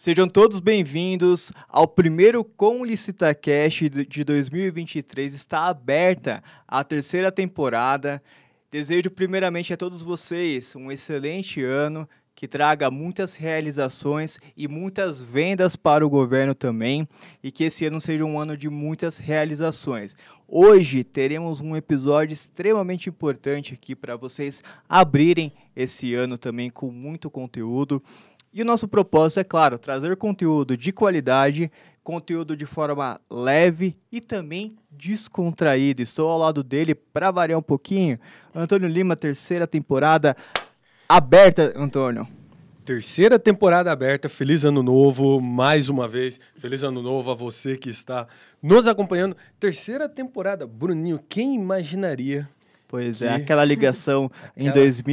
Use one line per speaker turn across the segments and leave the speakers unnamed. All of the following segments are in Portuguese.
Sejam todos bem-vindos ao primeiro Com LicitaCast de 2023. Está aberta a terceira temporada. Desejo primeiramente a todos vocês um excelente ano, que traga muitas realizações e muitas vendas para o governo também, e que esse ano seja um ano de muitas realizações. Hoje teremos um episódio extremamente importante aqui para vocês abrirem esse ano também com muito conteúdo. E o nosso propósito é, claro, trazer conteúdo de qualidade, conteúdo de forma leve e também descontraído. Estou ao lado dele para variar um pouquinho. Antônio Lima, terceira temporada aberta, Antônio.
Terceira temporada aberta, feliz ano novo, mais uma vez, feliz ano novo a você que está nos acompanhando. Terceira temporada, Bruninho, quem imaginaria?
Pois é, aquela ligação em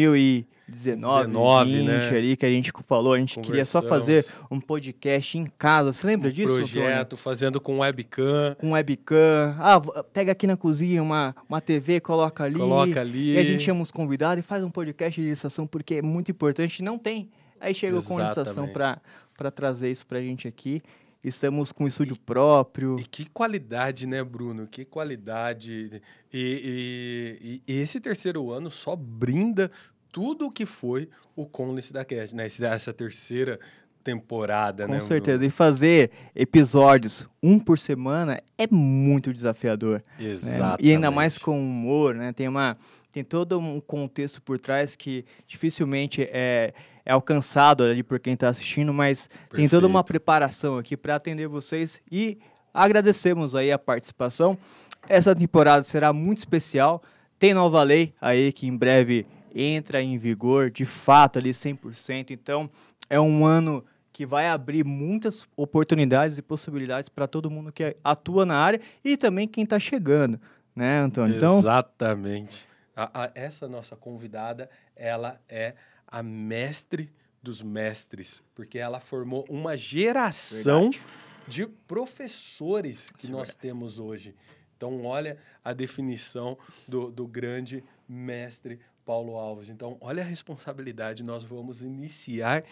2019, 20, né? Ali que a gente falou, a gente queria só fazer um podcast em casa, você lembra disso,
projeto,
Antônio?
Fazendo com webcam.
Com webcam, pega aqui na cozinha uma TV, coloca ali, e a gente chama os convidados e faz um podcast de licitação, porque é muito importante, não tem. Aí chega com licitação para trazer isso pra gente aqui. Estamos com um estúdio próprio.
E que qualidade, né, Bruno? Que qualidade. E esse terceiro ano só brinda tudo o que foi o Com LicitaCast, né? Essa terceira temporada,
com
né?
Com certeza. Bruno? E fazer episódios um por semana é muito desafiador.
Exatamente.
Né? E ainda mais com humor, né? Tem todo um contexto por trás que dificilmente é alcançado ali por quem está assistindo, mas Perfeito. Tem toda uma preparação aqui para atender vocês e agradecemos aí a participação. Essa temporada será muito especial, tem nova lei aí que em breve entra em vigor, de fato ali 100%, então é um ano que vai abrir muitas oportunidades e possibilidades para todo mundo que atua na área e também quem está chegando, né, Antônio?
Exatamente. Essa nossa convidada, ela é a mestre dos mestres, porque ela formou uma geração de professores que nós temos hoje. Então, olha a definição do grande mestre Paulo Alves. Então, olha a responsabilidade. Nós vamos iniciar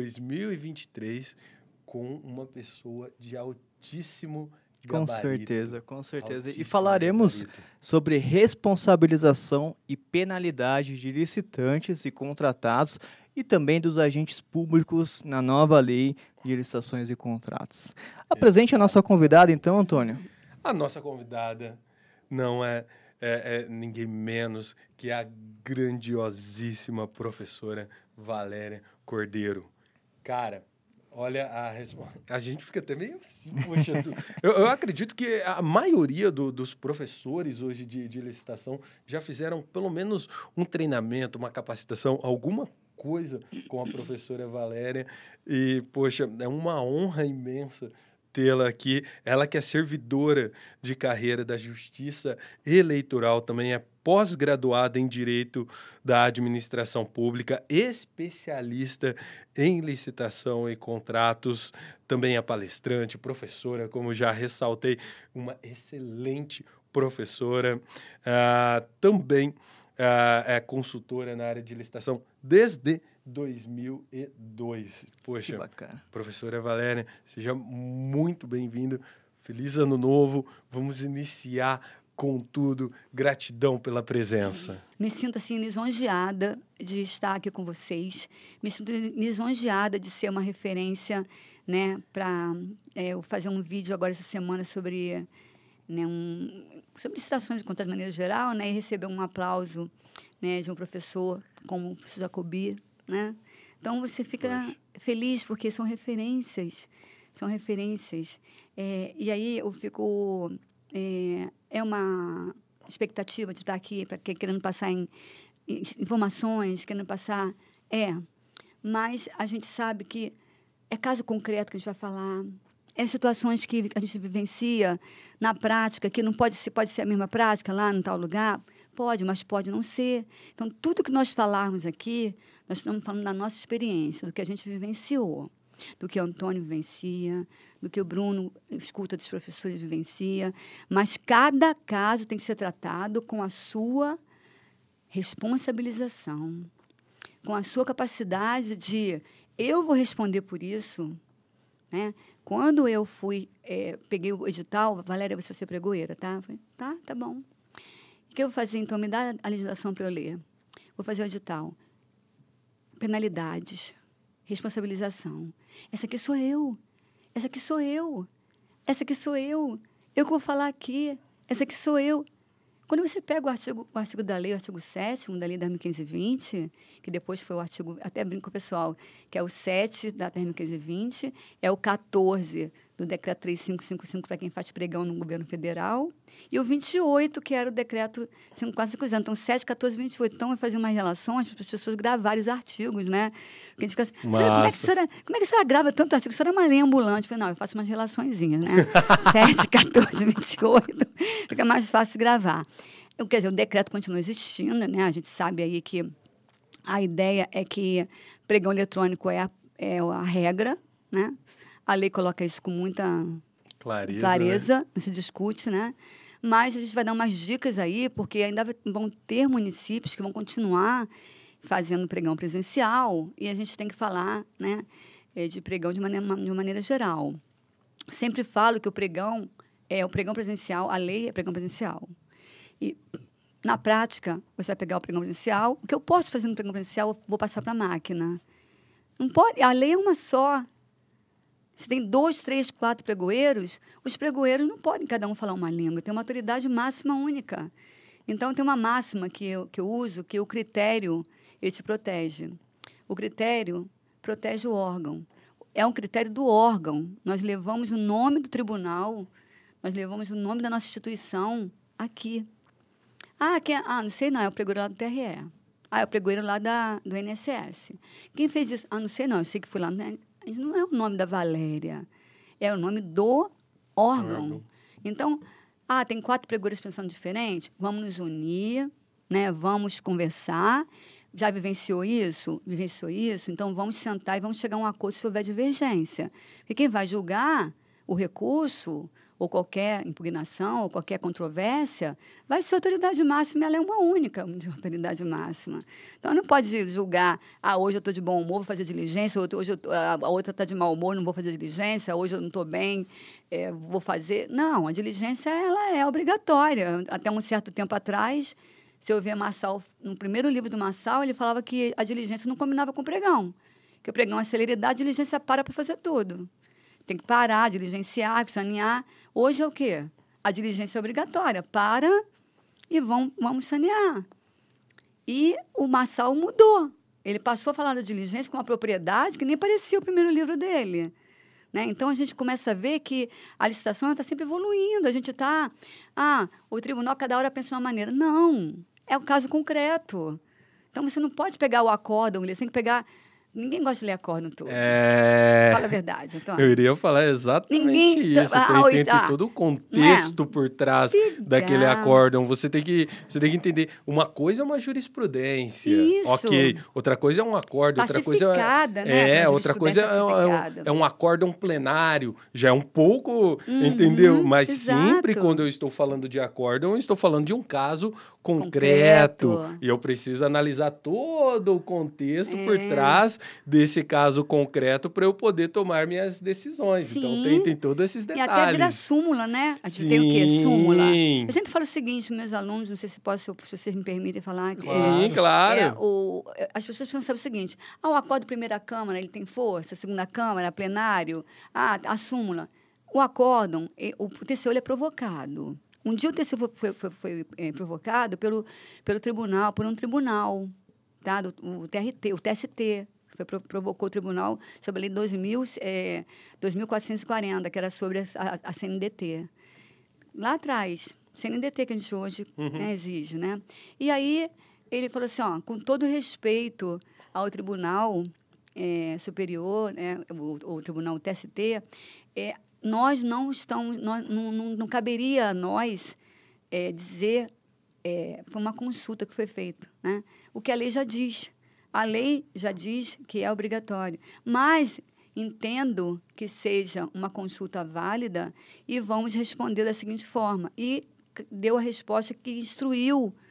2023 com uma pessoa de altíssimo gabarito.
Com certeza. E falaremos sobre responsabilização e penalidade de licitantes e contratados e também dos agentes públicos na nova lei de licitações e contratos. Apresente a nossa convidada, então, Antônio.
A nossa convidada não é ninguém menos que a grandiosíssima professora Valéria Cordeiro. Cara, olha, a gente fica até meio assim, poxa. Eu acredito que a maioria dos professores hoje de licitação já fizeram pelo menos um treinamento, uma capacitação, alguma coisa com a professora Valéria. E, poxa, é uma honra imensa tê-la aqui. Ela que é servidora de carreira da Justiça Eleitoral, também é pós-graduada em Direito da Administração Pública, especialista em licitação e contratos, também é palestrante, professora, como já ressaltei, uma excelente professora, também é consultora na área de licitação desde 2002. Poxa,
que bacana.
Professora Valéria, seja muito bem-vindo. Feliz ano novo. Vamos iniciar com tudo. Gratidão pela presença.
Me sinto assim lisonjeada de estar aqui com vocês. Me sinto lisonjeada de ser uma referência, né, para eu fazer um vídeo agora essa semana sobre, né, sobre licitações e contratos de maneira geral, né, e receber um aplauso, né, de um professor como o professor Jacobi, né? Então você fica feliz porque são referências, e aí eu fico é uma expectativa de estar aqui querendo passar informações, querendo passar mas a gente sabe que é caso concreto que a gente vai falar, situações que a gente vivencia na prática, que não pode ser a mesma prática lá em tal lugar. Pode, mas pode não ser. Então, tudo que nós falarmos aqui, nós estamos falando da nossa experiência, do que a gente vivenciou, do que o Antônio vivencia, do que o Bruno escuta dos professores vivencia. Mas cada caso tem que ser tratado com a sua responsabilização, com a sua capacidade de eu vou responder por isso, né? Quando eu fui, peguei o edital, Valéria, você vai ser pregoeira, tá? Eu falei, tá bom. O que eu vou fazer, então? Me dá a legislação para eu ler. Vou fazer o edital. Penalidades, responsabilização. Essa aqui sou eu. Essa aqui sou eu. Essa aqui sou eu. Eu que vou falar aqui. Essa aqui sou eu. Quando você pega o artigo da lei, o artigo 7º da lei da 1520, que depois foi o artigo, até brinco com o pessoal, que é o 7 da 1520, é o 14 do decreto 3555 para quem faz pregão no governo federal, e o 28, que era o decreto 5450. Então, 7, 14 e 28. Então, eu fazia umas relações para as pessoas gravarem os artigos, né? Porque a gente fica assim, como é que a senhora grava tanto artigo? A senhora é uma lei ambulante. Eu falei, não, eu faço umas relaçõezinhas, né? 7, 14 e 28. Fica mais fácil gravar. Quer dizer, o decreto continua existindo, né? A gente sabe aí que a ideia é que pregão eletrônico é a regra, né? A lei coloca isso com muita clareza, né? Não se discute, né? Mas a gente vai dar umas dicas aí, porque ainda vão ter municípios que vão continuar fazendo pregão presencial e a gente tem que falar, né, de pregão de uma maneira geral. Sempre falo que o pregão presencial, a lei é pregão presencial. E, na prática, você vai pegar o pregão presencial. O que eu posso fazer no pregão presencial, eu vou passar para a máquina. Não pode, a lei é uma só. Se tem 2, 3, 4 pregoeiros, os pregoeiros não podem cada um falar uma língua. Tem uma autoridade máxima única. Então, tem uma máxima que eu uso, que o critério ele te protege. O critério protege o órgão. É um critério do órgão. Nós levamos o nome do tribunal, nós levamos o nome da nossa instituição aqui. Não sei não, é o pregoeiro lá do TRE. É o pregoeiro lá do INSS. Quem fez isso? Não sei não, eu sei que fui lá. Não é o nome da Valéria, é o nome do órgão. Então, tem 4 pregoeiros pensando diferente? Vamos nos unir, né? Vamos conversar. Já vivenciou isso? Vivenciou isso? Então, vamos sentar e vamos chegar a um acordo se houver divergência. Porque quem vai julgar o recurso, ou qualquer impugnação, ou qualquer controvérsia, vai ser a autoridade máxima, ela é uma única autoridade máxima. Então, não pode julgar, hoje eu estou de bom humor, vou fazer diligência, hoje a outra está de mau humor, não vou fazer diligência, hoje eu não estou bem, vou fazer... Não, a diligência ela é obrigatória. Até um certo tempo atrás, se eu ver Marçal, no primeiro livro do Marçal, ele falava que a diligência não combinava com o pregão, que o pregão é celeridade, a diligência para fazer tudo. Tem que parar, diligenciar, sanear. Hoje é o quê? A diligência é obrigatória. Para e vamos sanear. E o Marçal mudou. Ele passou a falar da diligência com uma propriedade que nem parecia o primeiro livro dele. Né? Então, a gente começa a ver que a licitação está sempre evoluindo. A gente está... o tribunal cada hora pensa de uma maneira. Não, é o caso concreto. Então, você não pode pegar o acórdão, você tem que pegar... Ninguém gosta de ler acórdão todo. Fala a verdade, Antônio.
Eu iria falar exatamente isso. Tem todo o contexto por trás daquele acórdão. Você tem que entender. Uma coisa é uma jurisprudência.
Isso.
Ok. Outra coisa é um acórdão. Outra coisa
né?
Outra coisa é um acórdão plenário. Já é um pouco, entendeu? Mas sempre quando eu estou falando de acórdão, eu estou falando de um caso concreto. E eu preciso analisar todo o contexto por trás desse caso concreto para eu poder tomar minhas decisões.
Sim.
Então, tem todos esses detalhes.
E até vira súmula, né? A gente tem o quê? Súmula. Eu sempre falo o seguinte, meus alunos, não sei se vocês me permitem falar.
Sim, claro.
As pessoas precisam saber o seguinte, o acordo de primeira Câmara, ele tem força, segunda Câmara, plenário, a súmula. O acórdão, o TCU ele é provocado. Um dia o TCU foi provocado pelo tribunal, por um tribunal, tá? O TST. Provocou o tribunal sobre a lei 2.440, que era sobre a CNDT. Lá atrás, CNDT que a gente hoje exige, né? E aí ele falou assim, com todo respeito ao tribunal superior, né, o tribunal TST, nós não estamos, não caberia a nós dizer, foi uma consulta que foi feita, né? O que a lei já diz. A lei já diz que é obrigatório, mas entendo que seja uma consulta válida e vamos responder da seguinte forma. E deu a resposta que instruiu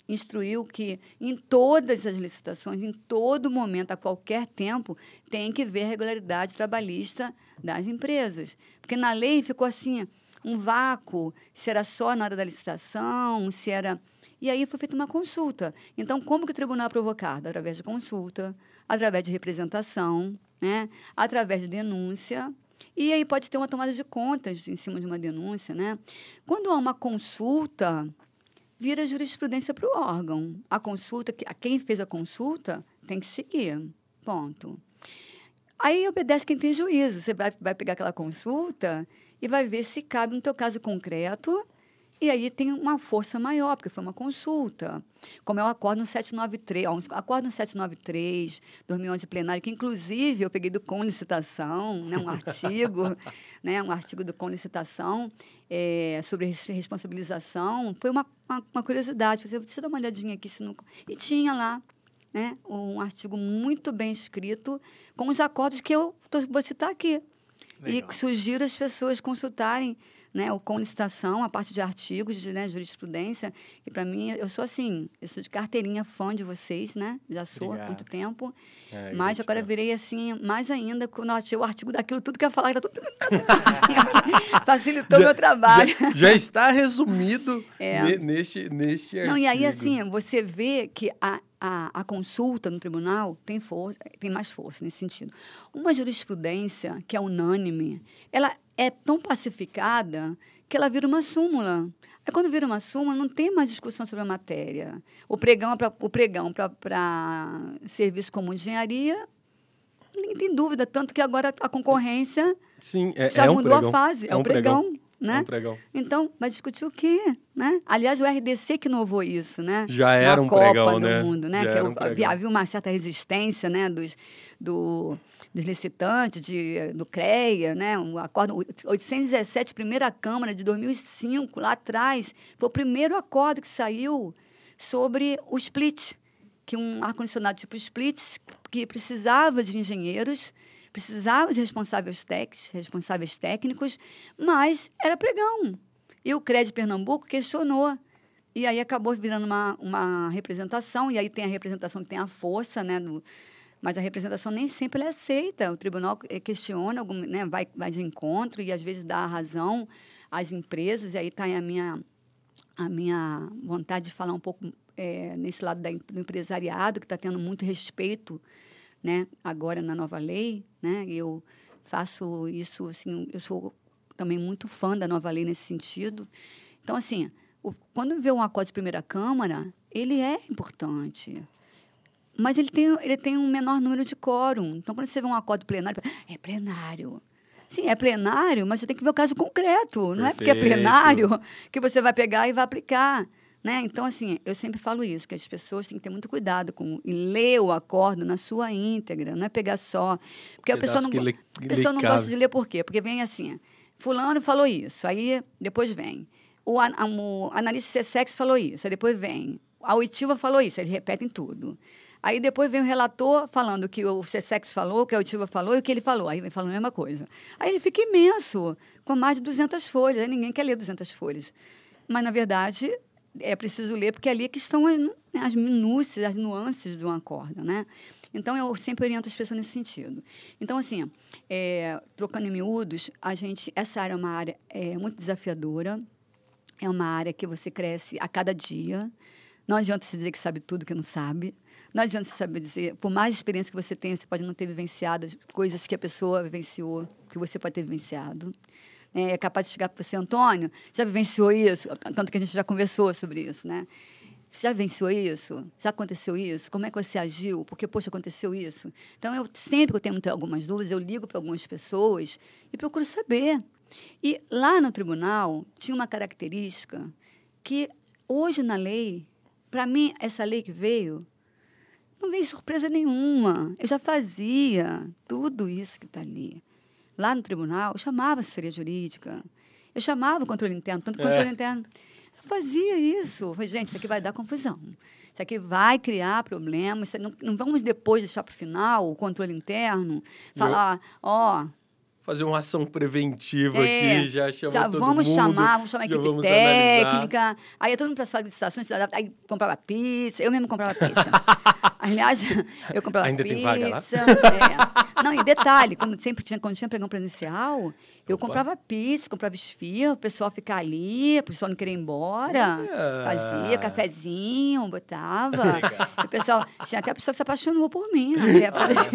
instruiu que em todas as licitações, em todo momento, a qualquer tempo, tem que ver a regularidade trabalhista das empresas. Porque na lei ficou assim, um vácuo, se era só na hora da licitação, se era... E aí foi feita uma consulta. Então, como que o tribunal aprovou carta? Através de consulta, através de representação, né? Através de denúncia. E aí pode ter uma tomada de contas em cima de uma denúncia, né? Quando há uma consulta, vira jurisprudência para o órgão. A consulta, quem fez a consulta tem que seguir. Ponto. Aí obedece quem tem juízo. Você vai pegar aquela consulta e vai ver se cabe no teu caso concreto. E aí tem uma força maior, porque foi uma consulta. Como é o Acórdão 793, Acórdão 793, 2011 plenário, que inclusive eu peguei do Com Licitação, né, um artigo, né, um artigo do Com Licitação sobre responsabilização. Foi uma curiosidade. Falei, deixa eu dar uma olhadinha aqui. E tinha lá, né, um artigo muito bem escrito com os acordos que eu vou citar aqui. Legal. E sugiro as pessoas consultarem, né, o Com Licitação, a parte de artigos, de, né, jurisprudência, que para mim, eu sou de carteirinha fã de vocês, né? Já sou há muito tempo. Mas agora virei assim, mais ainda, quando eu achei o artigo daquilo, tudo que eu ia falar, era tudo assim, facilitou o meu trabalho.
Já está resumido neste artigo.
Não, e aí, assim, você vê que a consulta no tribunal tem mais força nesse sentido. Uma jurisprudência que é unânime, ela é tão pacificada que ela vira uma súmula. Aí, quando vira uma súmula, não tem mais discussão sobre a matéria. O pregão para serviço comum de engenharia, ninguém tem dúvida, tanto que agora a concorrência já mudou a fase. É um pregão. Né?
É um pregão.
Então, vai discutir o quê? Né? Aliás, o RDC que inovou isso, né?
Já era um
Copa
pregão,
do
né?
Mundo, né? Havia uma certa resistência, né? dos licitantes, do CREA, né? O Acordo 817, primeira Câmara de 2005, lá atrás, foi o primeiro acordo que saiu sobre o split, que um ar-condicionado tipo split, que precisava de engenheiros, precisava de responsáveis técnicos, mas era pregão. E o CREA de Pernambuco questionou. E aí acabou virando uma representação, e aí tem a representação que tem a força, né, mas a representação nem sempre é aceita. O tribunal questiona, né, vai de encontro e, às vezes, dá a razão às empresas. E aí está a minha vontade de falar um pouco nesse lado do empresariado, que está tendo muito respeito, né, agora na nova lei, né? Eu faço isso, assim, eu sou também muito fã da nova lei nesse sentido. Então, assim, quando vê um acordo de primeira Câmara, ele é importante, mas ele tem um menor número de quórum. Então, quando você vê um acordo plenário, é plenário. Sim, é plenário, mas você tem que ver o caso concreto. Perfeito. Não é porque é plenário que você vai pegar e vai aplicar. Né? Então, assim, eu sempre falo isso, que as pessoas têm que ter muito cuidado e ler o acordo na sua íntegra, não é pegar só. Porque a pessoa não gosta de ler por quê? Porque vem assim, fulano falou isso, aí depois vem. O analista CSEX falou isso, aí depois vem. A oitiva falou isso, eles repetem tudo. Aí depois vem o relator falando que o CSEX falou, que a oitiva falou e o que ele falou. Aí vem falando a mesma coisa. Aí ele fica imenso, com mais de 200 folhas. Aí ninguém quer ler 200 folhas. Mas, na verdade, é preciso ler, porque ali é que estão as minúcias, as nuances de um acordo, né? Então, eu sempre oriento as pessoas nesse sentido. Então, assim, trocando em miúdos, essa área é uma área muito desafiadora, é uma área que você cresce a cada dia. Não adianta se dizer que sabe tudo que não sabe. Não adianta você saber dizer, por mais experiência que você tenha, você pode não ter vivenciado coisas que a pessoa vivenciou, que você pode ter vivenciado. É capaz de chegar para você, Antônio, já vivenciou isso? Tanto que a gente já conversou sobre isso, né? Já vivenciou isso? Já aconteceu isso? Como é que você agiu? Porque, poxa, aconteceu isso. Então, sempre que eu tenho algumas dúvidas, eu ligo para algumas pessoas e procuro saber. E lá no tribunal, tinha uma característica que, hoje na lei, para mim, essa lei que veio, não veio surpresa nenhuma. Eu já fazia tudo isso que está ali. Lá no tribunal, eu chamava a assessoria jurídica, eu chamava o controle interno, tanto que o controle interno fazia isso. Eu falei, gente, isso aqui vai dar confusão, isso aqui vai criar problemas, não vamos depois deixar para o final o controle interno falar,
fazer uma ação preventiva aqui, já chamar
já
todo
vamos
mundo.
vamos chamar a equipe
vamos
técnica. Aí todo mundo para fazer licitações, aí comprava pizza, eu mesmo comprava pizza. Aliás, eu comprava
Ainda
pizza.
tem vaga lá?
Não, e detalhe, quando tinha pregão presencial, eu
Opa.
comprava pizza, comprava esfirra, o pessoal ficar ali, o pessoal não querer ir embora. Fazia cafezinho, botava. O pessoal, tinha até a pessoa que se apaixonou por mim, né?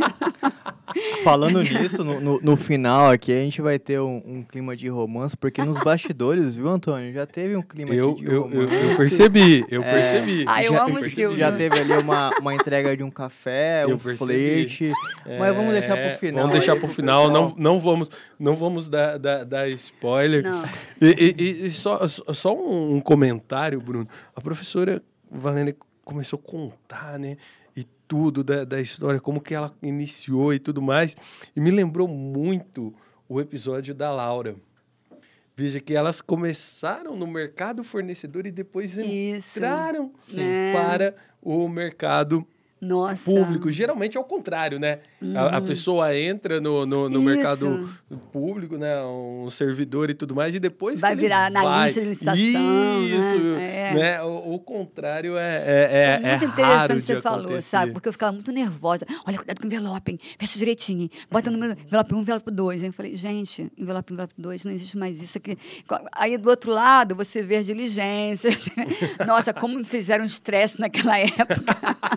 Falando nisso, no final aqui, a gente vai ter um clima de romance, porque nos bastidores, viu, Antônio? Já teve um clima aqui de romance.
Eu percebi.
Ah, eu amo o Silvio.
Já teve ali uma entrega de um café, um flerte. Mas vamos deixar pro final.
Vamos deixar pro final, não vamos dar spoiler.
Não.
E só um comentário, Bruno. A professora Valênia começou a contar, né? E tudo da história, como que ela iniciou e tudo mais. E me lembrou muito o episódio da Laura. Veja que elas começaram no mercado fornecedor e depois entraram para o mercado público. Geralmente é o contrário, né? A pessoa entra no mercado público, né? Um servidor e tudo mais, e depois
vai virar analista de licitação.
Isso, né? O contrário é muito
interessante que você falou, sabe? Porque eu ficava muito nervosa. Olha, cuidado com o envelope, hein? Fecha direitinho, hein? Bota o número, envelope 1, envelope 2. Hein? Eu falei, gente, envelope 2, não existe mais isso aqui. Aí, do outro lado, você vê as diligências. Nossa, como me fizeram estresse naquela época.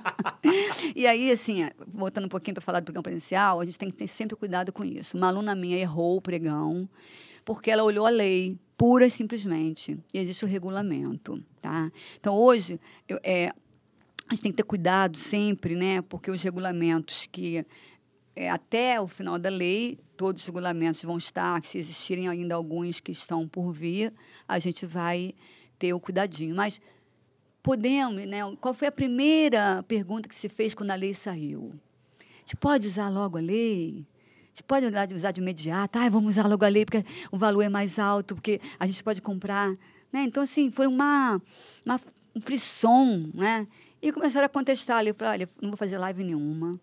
E aí, assim, voltando um pouquinho para falar do pregão presencial, a gente tem que ter sempre cuidado com isso. Uma aluna minha errou o pregão porque ela olhou a lei, pura e simplesmente. E existe o regulamento, tá? Então, hoje, a gente tem que ter cuidado sempre, né? Porque os regulamentos que, até o final da lei, todos os regulamentos vão estar, se existirem ainda alguns que estão por vir, a gente vai ter o cuidadinho. Mas podemos, né? Qual foi a primeira pergunta que se fez quando a lei saiu? A gente pode usar logo a lei? A gente pode usar de imediato? Vamos usar logo a lei porque o valor é mais alto, porque a gente pode comprar. Né? Então, assim, foi um frisson, né? E começaram a contestar ali. Eu falei, olha, não vou fazer live nenhuma.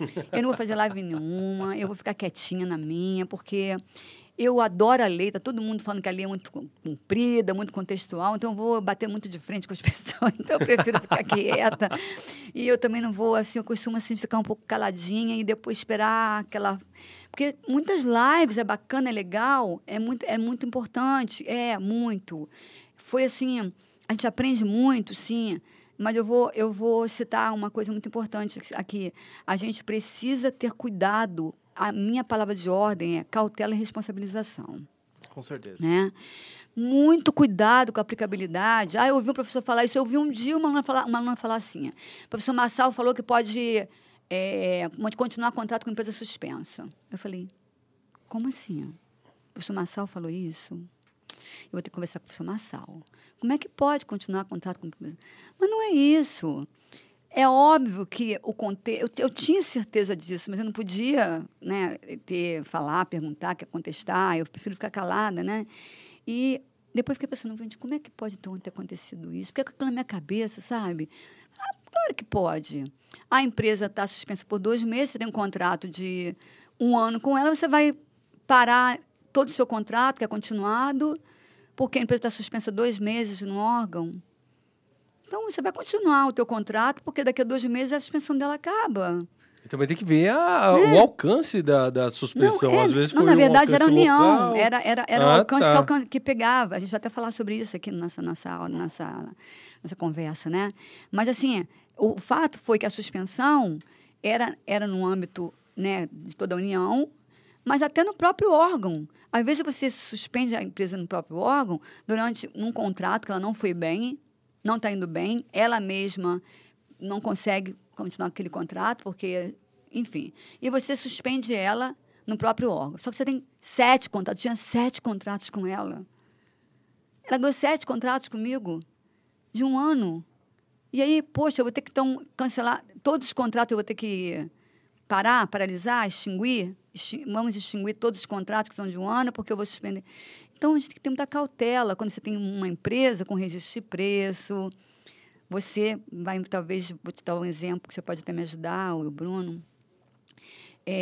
Eu vou ficar quietinha na minha, porque eu adoro a lei, está todo mundo falando que a lei é muito comprida, muito contextual, então eu vou bater muito de frente com as pessoas, então eu prefiro ficar quieta. E eu também não vou, assim, eu costumo assim, ficar um pouco caladinha e depois esperar aquela... Porque muitas lives é bacana, é legal, é muito importante, muito. Foi assim, a gente aprende muito, sim, mas eu vou citar uma coisa muito importante aqui. A gente precisa ter cuidado. A minha palavra de ordem é cautela e responsabilização.
Com certeza.
Né? Muito cuidado com a aplicabilidade. Eu ouvi um professor falar isso. Eu ouvi um dia uma aluna falar assim. O professor Massal falou que pode continuar contrato com empresa suspensa. Eu falei, como assim? O professor Massal falou isso? Eu vou ter que conversar com o professor Massal. Como é que pode continuar contrato com empresa? Mas não é isso. É óbvio que o contexto... Eu tinha certeza disso, mas eu não podia, né, falar, perguntar, contestar. Eu prefiro ficar calada, né? E depois fiquei pensando, gente, como é que pode então ter acontecido isso? Fiquei com aquilo na minha cabeça, sabe? Claro que pode. A empresa está suspensa por 2 meses, você tem um contrato de 1 ano com ela, você vai parar todo o seu contrato, que é continuado, porque a empresa está suspensa 2 meses no órgão. Então, você vai continuar o teu contrato, porque daqui a 2 meses a suspensão dela acaba.
E também tem que ver o alcance da suspensão. Às vezes foi
na verdade, era a união.
Local.
Era o alcance que pegava. A gente vai até falar sobre isso aqui na nossa conversa, né? Mas, assim, o fato foi que a suspensão era no âmbito, né, de toda a união, mas até no próprio órgão. Às vezes, você suspende a empresa no próprio órgão durante um contrato que ela não foi bem, não está indo bem, ela mesma não consegue continuar aquele contrato, porque, enfim. E você suspende ela no próprio órgão. Só que você tem 7 contratos. Eu tinha 7 contratos com ela. Ela ganhou 7 contratos comigo, de 1 ano. E aí, poxa, eu vou ter que então cancelar todos os contratos, eu vou ter que paralisar, extinguir. Vamos extinguir todos os contratos que são de 1 ano, porque eu vou suspender. Então, a gente tem que ter muita cautela quando você tem uma empresa com registro de preço. Você vai, talvez, vou te dar um exemplo que você pode até me ajudar, o Bruno.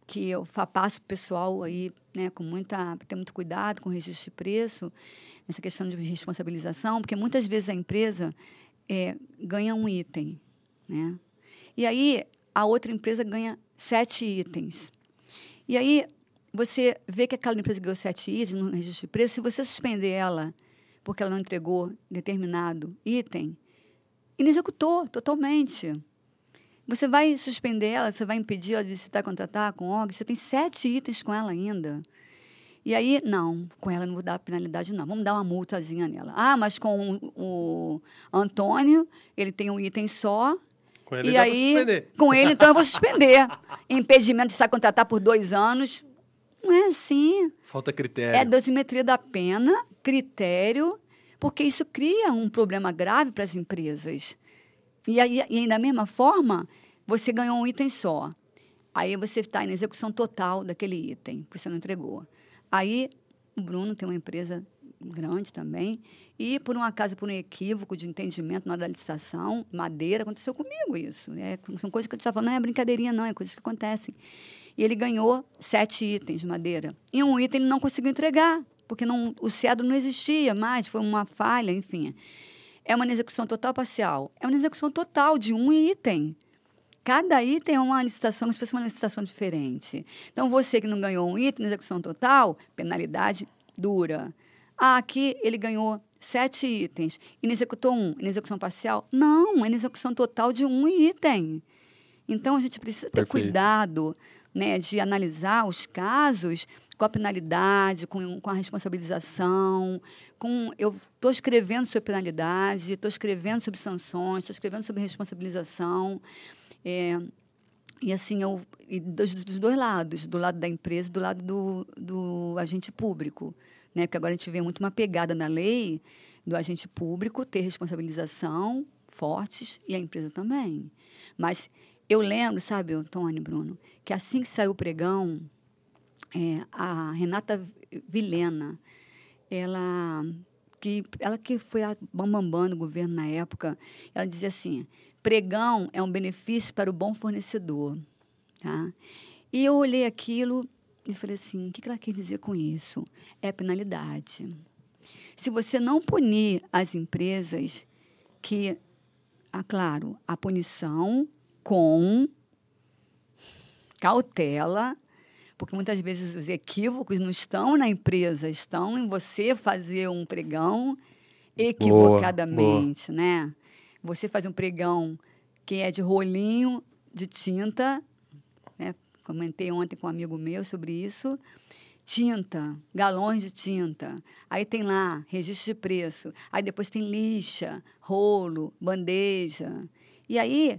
que eu passo para o pessoal aí, né, ter muito cuidado com o registro de preço, nessa questão de responsabilização, porque muitas vezes a empresa ganha um item, né? E aí a outra empresa ganha 7 itens. E aí você vê que aquela empresa ganhou 7 itens no registro de preço, se você suspender ela porque ela não entregou determinado item, inexecutou totalmente. Você vai suspender ela, você vai impedir ela de licitar e contratar com OG, você tem 7 itens com ela ainda. E aí, não, com ela não vou dar penalidade, não. Vamos dar uma multazinha nela. Ah, mas com o Antônio, ele tem um item só.
Com ele
e
dá
aí,
pra suspender.
com ele, então, eu vou suspender. Impedimento de se contratar por 2 anos. Não é assim.
Falta critério.
É dosimetria da pena, critério, porque isso cria um problema grave para as empresas. E da mesma forma, você ganhou um item só. Aí você está em execução total daquele item que você não entregou. Aí o Bruno tem uma empresa grande também e, por um acaso, por um equívoco de entendimento na hora da licitação, madeira, aconteceu comigo isso. São coisas que eu estava falando, não é brincadeirinha não, é coisas que acontecem. E ele ganhou 7 itens de madeira. E um item ele não conseguiu entregar, porque o cedro não existia mais, foi uma falha, enfim. É uma execução total ou parcial? É uma execução total de um item. Cada item é uma licitação, como se fosse uma licitação diferente. Então, você que não ganhou um item na execução total, penalidade dura. Ah, aqui ele ganhou 7 itens e não executou um, na execução parcial? Não, é na execução total de um item. Então, a gente precisa ter cuidado, né, de analisar os casos com a penalidade, com a responsabilização. Eu estou escrevendo sobre penalidade, estou escrevendo sobre sanções, estou escrevendo sobre responsabilização. E assim, dos 2 lados, do lado da empresa e do lado do agente público. Né? Porque agora a gente vê muito uma pegada na lei do agente público ter responsabilização fortes e a empresa também. Mas eu lembro, sabe, Antônio e Bruno, que assim que saiu o pregão, a Renata Vilhena, ela que foi a bambambam do governo na época, ela dizia assim, pregão é um benefício para o bom fornecedor. Tá? E eu olhei aquilo e falei assim, o que ela quer dizer com isso? É penalidade. Se você não punir as empresas que, claro, a punição com cautela, porque muitas vezes os equívocos não estão na empresa, estão em você fazer um pregão equivocadamente, né? Você faz um pregão que é de rolinho de tinta, né? Comentei ontem com um amigo meu sobre isso, tinta, galões de tinta, aí tem lá registro de preço, aí depois tem lixa, rolo, bandeja, e aí,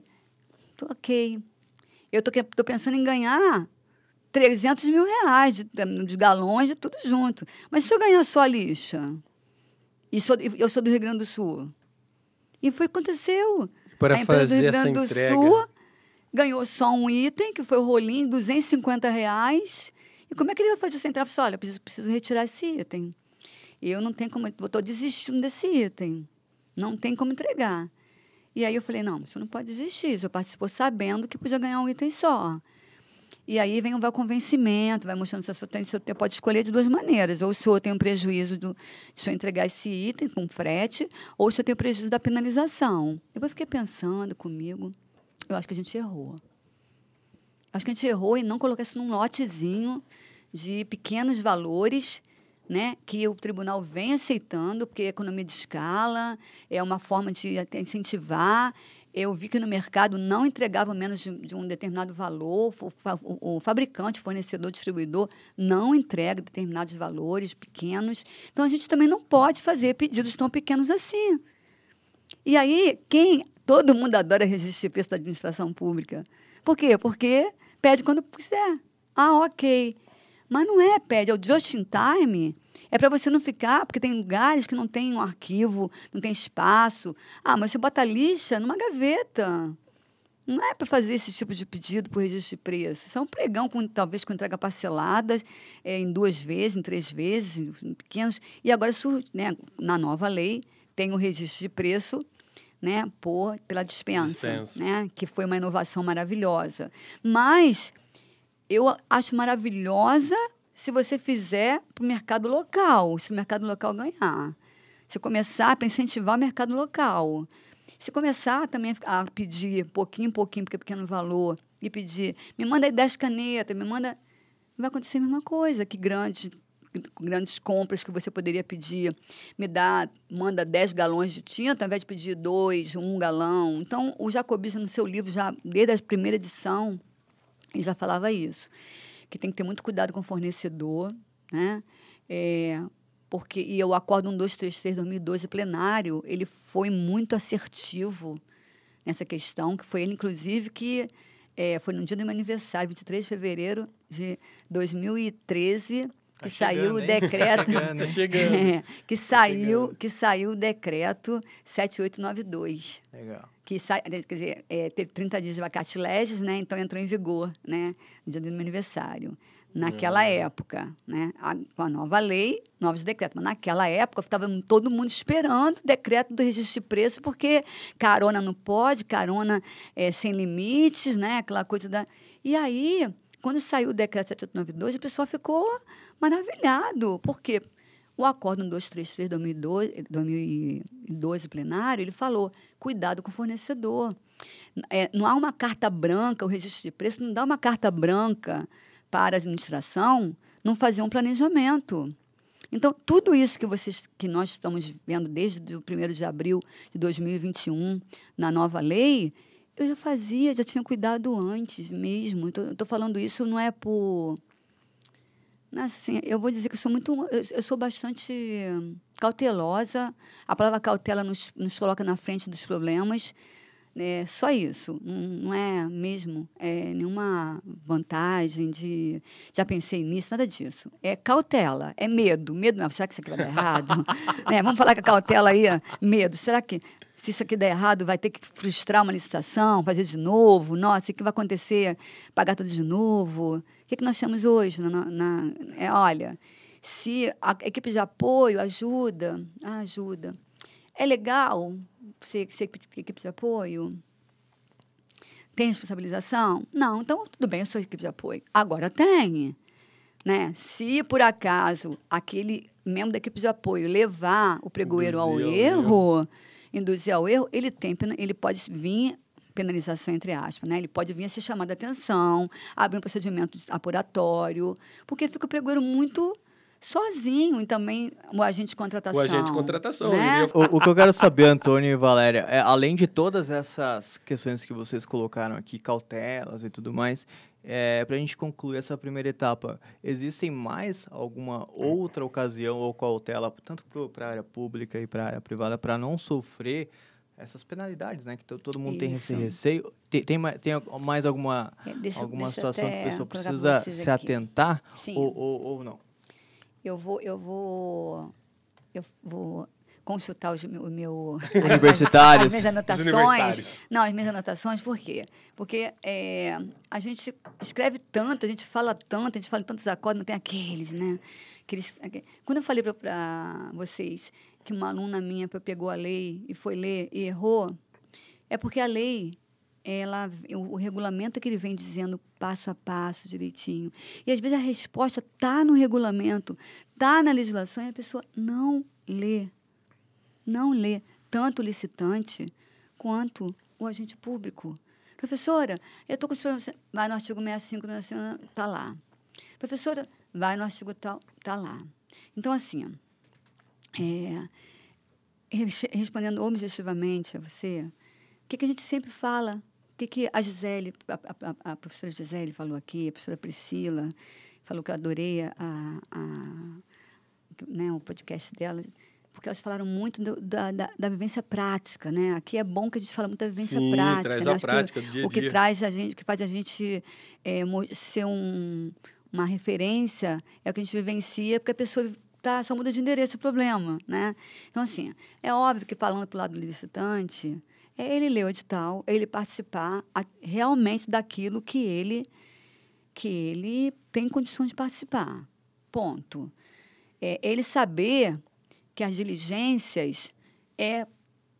ok, eu tô pensando em ganhar 300 mil reais de galões, de tudo junto. Mas se eu ganhar só a lixa, e eu sou do Rio Grande do Sul, e foi o que aconteceu.
Para
a empresa
fazer
do Rio Grande do
entrega.
Sul ganhou só um item, que foi o rolinho, R$250. E como é que ele vai fazer essa entrega? Eu falei, olha, preciso retirar esse item. E eu não tenho como, estou desistindo desse item. Não tem como entregar. E aí eu falei, não, você não pode desistir. Você participou sabendo que podia ganhar um item só. E aí vai o convencimento, vai mostrando se o senhor pode escolher de 2 maneiras. Ou se o senhor tem um prejuízo de o senhor entregar esse item com frete, ou se o senhor tem o prejuízo da penalização. Depois fiquei pensando comigo, eu acho que a gente errou. Acho que a gente errou em não colocar isso num lotezinho de pequenos valores, né, que o tribunal vem aceitando, porque é economia de escala, é uma forma de incentivar. Eu vi que no mercado não entregava menos de um determinado valor, o fabricante, fornecedor, distribuidor não entrega determinados valores pequenos. Então, a gente também não pode fazer pedidos tão pequenos assim. E aí, todo mundo adora registro de preço da administração pública. Por quê? Porque pede quando quiser. Ah, ok. Mas não pede, é o just in time. É para você não ficar, porque tem lugares que não tem um arquivo, não tem espaço. Ah, mas você bota a lixa numa gaveta. Não é para fazer esse tipo de pedido por registro de preço. Isso é um pregão, talvez com entrega parcelada, em 2 vezes, em 3 vezes, em pequenos. E agora, né, na nova lei, tem o registro de preço, né, pela dispensa. Né, que foi uma inovação maravilhosa. Mas eu acho maravilhosa se você fizer para o mercado local, se o mercado local ganhar. Se começar para incentivar o mercado local. Se começar também a pedir pouquinho em pouquinho, porque é pequeno valor, e pedir, me manda aí 10 canetas, me manda... Vai acontecer a mesma coisa, que grandes compras que você poderia pedir. Manda 10 galões de tinta, ao invés de pedir 2, 1 galão. Então, o Jacobins, no seu livro, já desde a primeira edição, ele já falava isso, que tem que ter muito cuidado com o fornecedor, né? E o Acordo 1233, 2012, plenário, ele foi muito assertivo nessa questão, que foi ele, inclusive, que foi no dia do meu aniversário, 23 de fevereiro de 2013, que saiu o decreto...
Tá chegando.
que saiu o decreto 7892.
Legal.
Quer dizer, teve 30 dias de vacate legis, né? Então entrou em vigor, né? No dia do meu aniversário. Naquela época, né? Com a nova lei, novos decretos. Mas naquela época, estava todo mundo esperando o decreto do registro de preço, porque carona não pode, carona sem limites, né? Aquela coisa da... E aí, quando saiu o decreto 7892, o pessoal ficou maravilhado. Por quê? O Acordo 1233, 2012, plenário, ele falou, cuidado com o fornecedor. Não há uma carta branca, o registro de preço não dá uma carta branca para a administração não fazer um planejamento. Então, tudo isso que nós estamos vendo desde o 1º de abril de 2021, na nova lei, eu já tinha cuidado antes mesmo. Estou falando isso não é por... Assim, eu vou dizer que eu sou bastante cautelosa. A palavra cautela nos coloca na frente dos problemas. Só isso. Não é mesmo nenhuma vantagem de... Já pensei nisso, nada disso. É cautela, é medo. Medo mesmo. Será que isso aqui vai dar errado? Vamos falar que a cautela aí é medo. Será que se isso aqui der errado, vai ter que frustrar uma licitação, fazer de novo? Nossa, o que vai acontecer? Pagar tudo de novo? O que nós temos hoje? Olha, se a equipe de apoio ajuda. É legal ser equipe de apoio? Tem responsabilização? Não, então tudo bem, eu sou equipe de apoio. Agora tem. Né? Se, por acaso, aquele membro da equipe de apoio levar o pregoeiro induzir ao erro, ele pode vir... penalização, entre aspas, né? Ele pode vir a ser chamado a atenção, abrir um procedimento apuratório, porque fica o pregoeiro muito sozinho e também o agente de contratação.
O agente de contratação.
Né?
O que eu quero saber, Antônio e Valéria, além de todas essas questões que vocês colocaram aqui, cautelas e tudo mais, para a gente concluir essa primeira etapa, existem mais alguma outra ocasião ou cautela, tanto para a área pública e para a área privada, para não sofrer essas penalidades, né? Que todo mundo tem esse receio. Tem mais alguma situação que a pessoa precisa se atentar?
Sim.
Ou não?
Eu vou consultar os
universitários.
As minhas anotações. Não, as minhas anotações, por quê? Porque a gente escreve tanto, a gente fala tanto, a gente fala em tantos acordos, não tem aqueles, né? Quando eu falei para vocês que uma aluna minha pegou a lei e foi ler e errou, é porque a lei, o regulamento é que ele vem dizendo passo a passo, direitinho. E, às vezes, a resposta está no regulamento, está na legislação, e a pessoa não lê. Não lê tanto o licitante quanto o agente público. Professora, eu estou com... Vai no artigo 65, está lá. Professora, vai no artigo tal, está lá. Então, assim... respondendo objetivamente a você, o que a gente sempre fala, o que a Gisele, a professora Gisele falou aqui, a professora Priscila falou que eu adorei o podcast dela, porque elas falaram muito da vivência prática, né? Aqui é bom que a gente fala muito da vivência prática.
Traz
né?
a prática do dia a dia.
O que faz a gente ser uma referência é o que a gente vivencia, porque a pessoa só muda de endereço o problema, né? Então, assim, é óbvio que, falando para o lado do licitante, é ele ler o edital, é ele participar realmente daquilo que ele tem condições de participar. Ponto. Ele saber que as diligências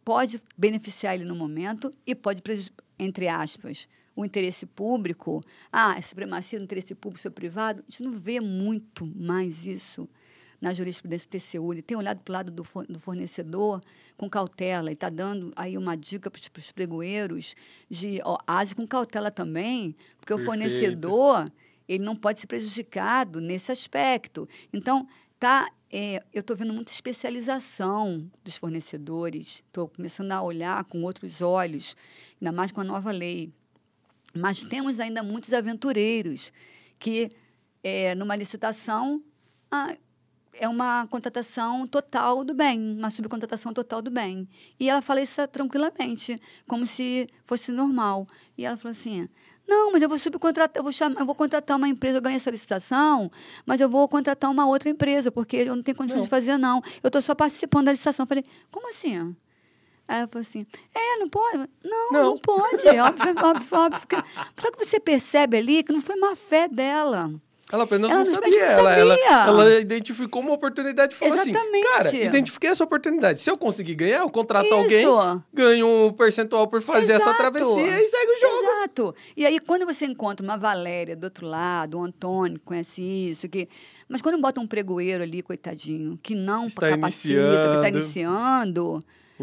pode beneficiar ele no momento e pode, entre aspas, o interesse público. A supremacia do interesse público sobre o privado. A gente não vê muito mais isso na jurisprudência do TCU. Ele tem olhado para o lado do fornecedor com cautela e está dando aí uma dica para os pregoeiros de age com cautela também, porque
Perfeito.
O fornecedor ele não pode ser prejudicado nesse aspecto. Então, eu estou vendo muita especialização dos fornecedores, estou começando a olhar com outros olhos, ainda mais com a nova lei. Mas temos ainda muitos aventureiros que, numa licitação, é uma contratação total do bem, uma subcontratação total do bem. E ela fala isso tranquilamente, como se fosse normal. E ela falou assim, não, mas eu vou subcontratar, eu vou contratar uma empresa, eu ganho essa licitação, mas eu vou contratar uma outra empresa, porque eu não tenho condições de fazer, não. Eu estou só participando da licitação. Eu falei, como assim? Aí ela falou assim, não pode? Não pode, óbvio. Só que você percebe ali que não foi má fé dela.
Ela apenas não sabia. Ela identificou uma oportunidade e falou assim, cara, identifiquei essa oportunidade. Se eu conseguir ganhar, eu contrato alguém, ganho um percentual por fazer essa travessia e segue o jogo.
Exato. E aí, quando você encontra uma Valéria do outro lado, um Antônio que conhece isso, mas quando bota um pregoeiro ali, coitadinho, que não capacita, que está iniciando...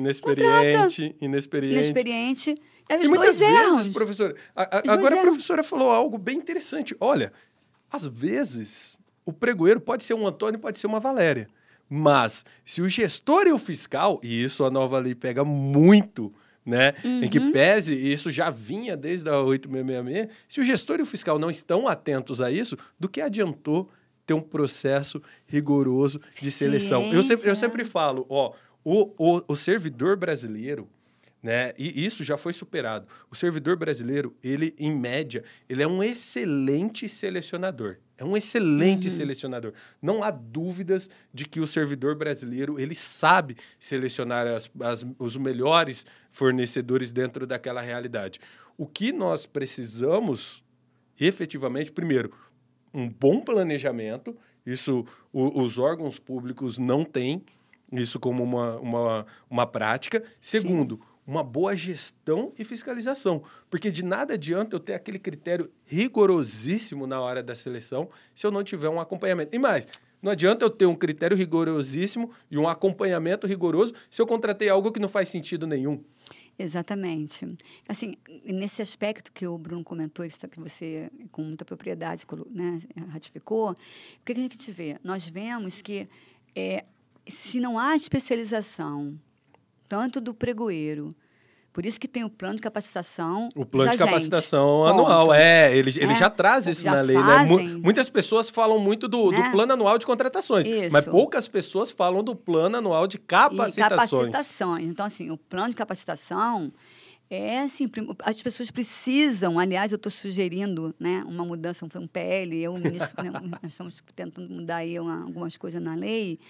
Inexperiente.
E muitas vezes, professora... Agora a professora falou algo bem interessante. Olha... Às vezes, o pregoeiro pode ser um Antônio, pode ser uma Valéria. Mas, se o gestor e o fiscal, e isso a nova lei pega muito, né? Em que pese, e isso já vinha desde a 8666, se o gestor e o fiscal não estão atentos a isso, do que adiantou ter um processo rigoroso de seleção? Eu sempre falo, o servidor brasileiro, né? E isso já foi superado. O servidor brasileiro, ele, em média, ele é um excelente selecionador. É um excelente selecionador. Não há dúvidas de que o servidor brasileiro, ele sabe selecionar os melhores fornecedores dentro daquela realidade. O que nós precisamos, efetivamente, primeiro, um bom planejamento. Isso os órgãos públicos não têm isso como uma prática. Segundo, uma boa gestão e fiscalização. Porque de nada adianta eu ter aquele critério rigorosíssimo na hora da seleção se eu não tiver um acompanhamento. E mais, não adianta eu ter um critério rigorosíssimo e um acompanhamento rigoroso se eu contratei algo que não faz sentido nenhum.
Exatamente. Assim, nesse aspecto que o Bruno comentou, que você, com muita propriedade, né, ratificou, o que a gente vê? Nós vemos que se não há especialização, tanto do pregoeiro, por isso que tem o plano de capacitação.
O plano de capacitação anual, ele já traz isso na lei, né? Muitas pessoas falam muito do plano anual de contratações, mas poucas pessoas falam do plano anual de capacitações.
Então, assim, o plano de capacitação assim, as pessoas precisam, aliás, eu estou sugerindo, né, uma mudança, um PL, eu e o ministro, nós estamos tentando mudar aí algumas coisas na lei,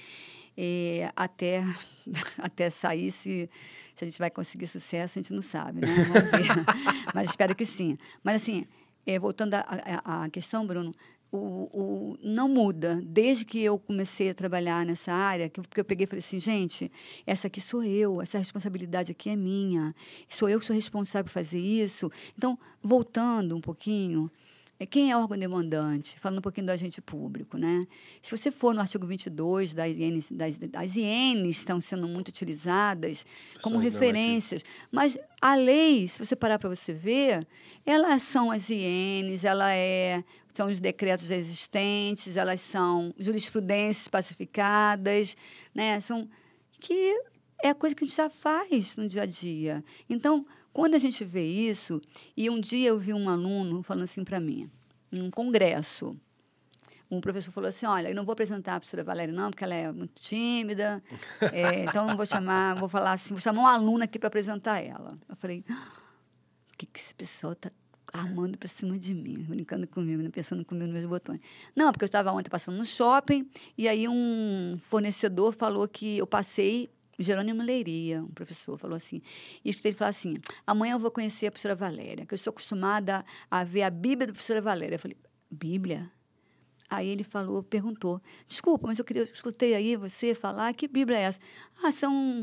até sair, se a gente vai conseguir sucesso, a gente não sabe, né? Vamos ver. Mas espero que sim. Mas, assim, voltando à questão, Bruno, não muda. Desde que eu comecei a trabalhar nessa área, porque eu peguei e falei assim, gente, essa aqui sou eu, essa responsabilidade aqui é minha, sou eu que sou responsável por fazer isso. Então, voltando um pouquinho... Quem é o órgão demandante? Falando um pouquinho do agente público, né? Se você for no artigo 22, as INs estão sendo muito utilizadas como referências, mas a lei, se você parar para você ver, elas são as INs, são os decretos existentes, elas são jurisprudências pacificadas, né? Que é a coisa que a gente já faz no dia a dia. Então, quando a gente vê isso, e um dia eu vi um aluno falando assim para mim, num congresso, um professor falou assim, olha, eu não vou apresentar a professora Valéria não, porque ela é muito tímida, então não vou chamar, vou falar assim, vou chamar uma aluna aqui para apresentar ela. Eu falei, o que esse pessoal está armando para cima de mim, brincando comigo, né, pensando comigo nos meus botões. Não, porque eu estava ontem passando no shopping, e aí um fornecedor falou que eu passei... Jerônimo Leiria, um professor, falou assim, e escutei ele falar assim, amanhã eu vou conhecer a professora Valéria, que eu estou acostumada a ver a Bíblia da professora Valéria. Eu falei, Bíblia? Aí ele perguntou, desculpa, mas eu escutei aí você falar, que Bíblia é essa? São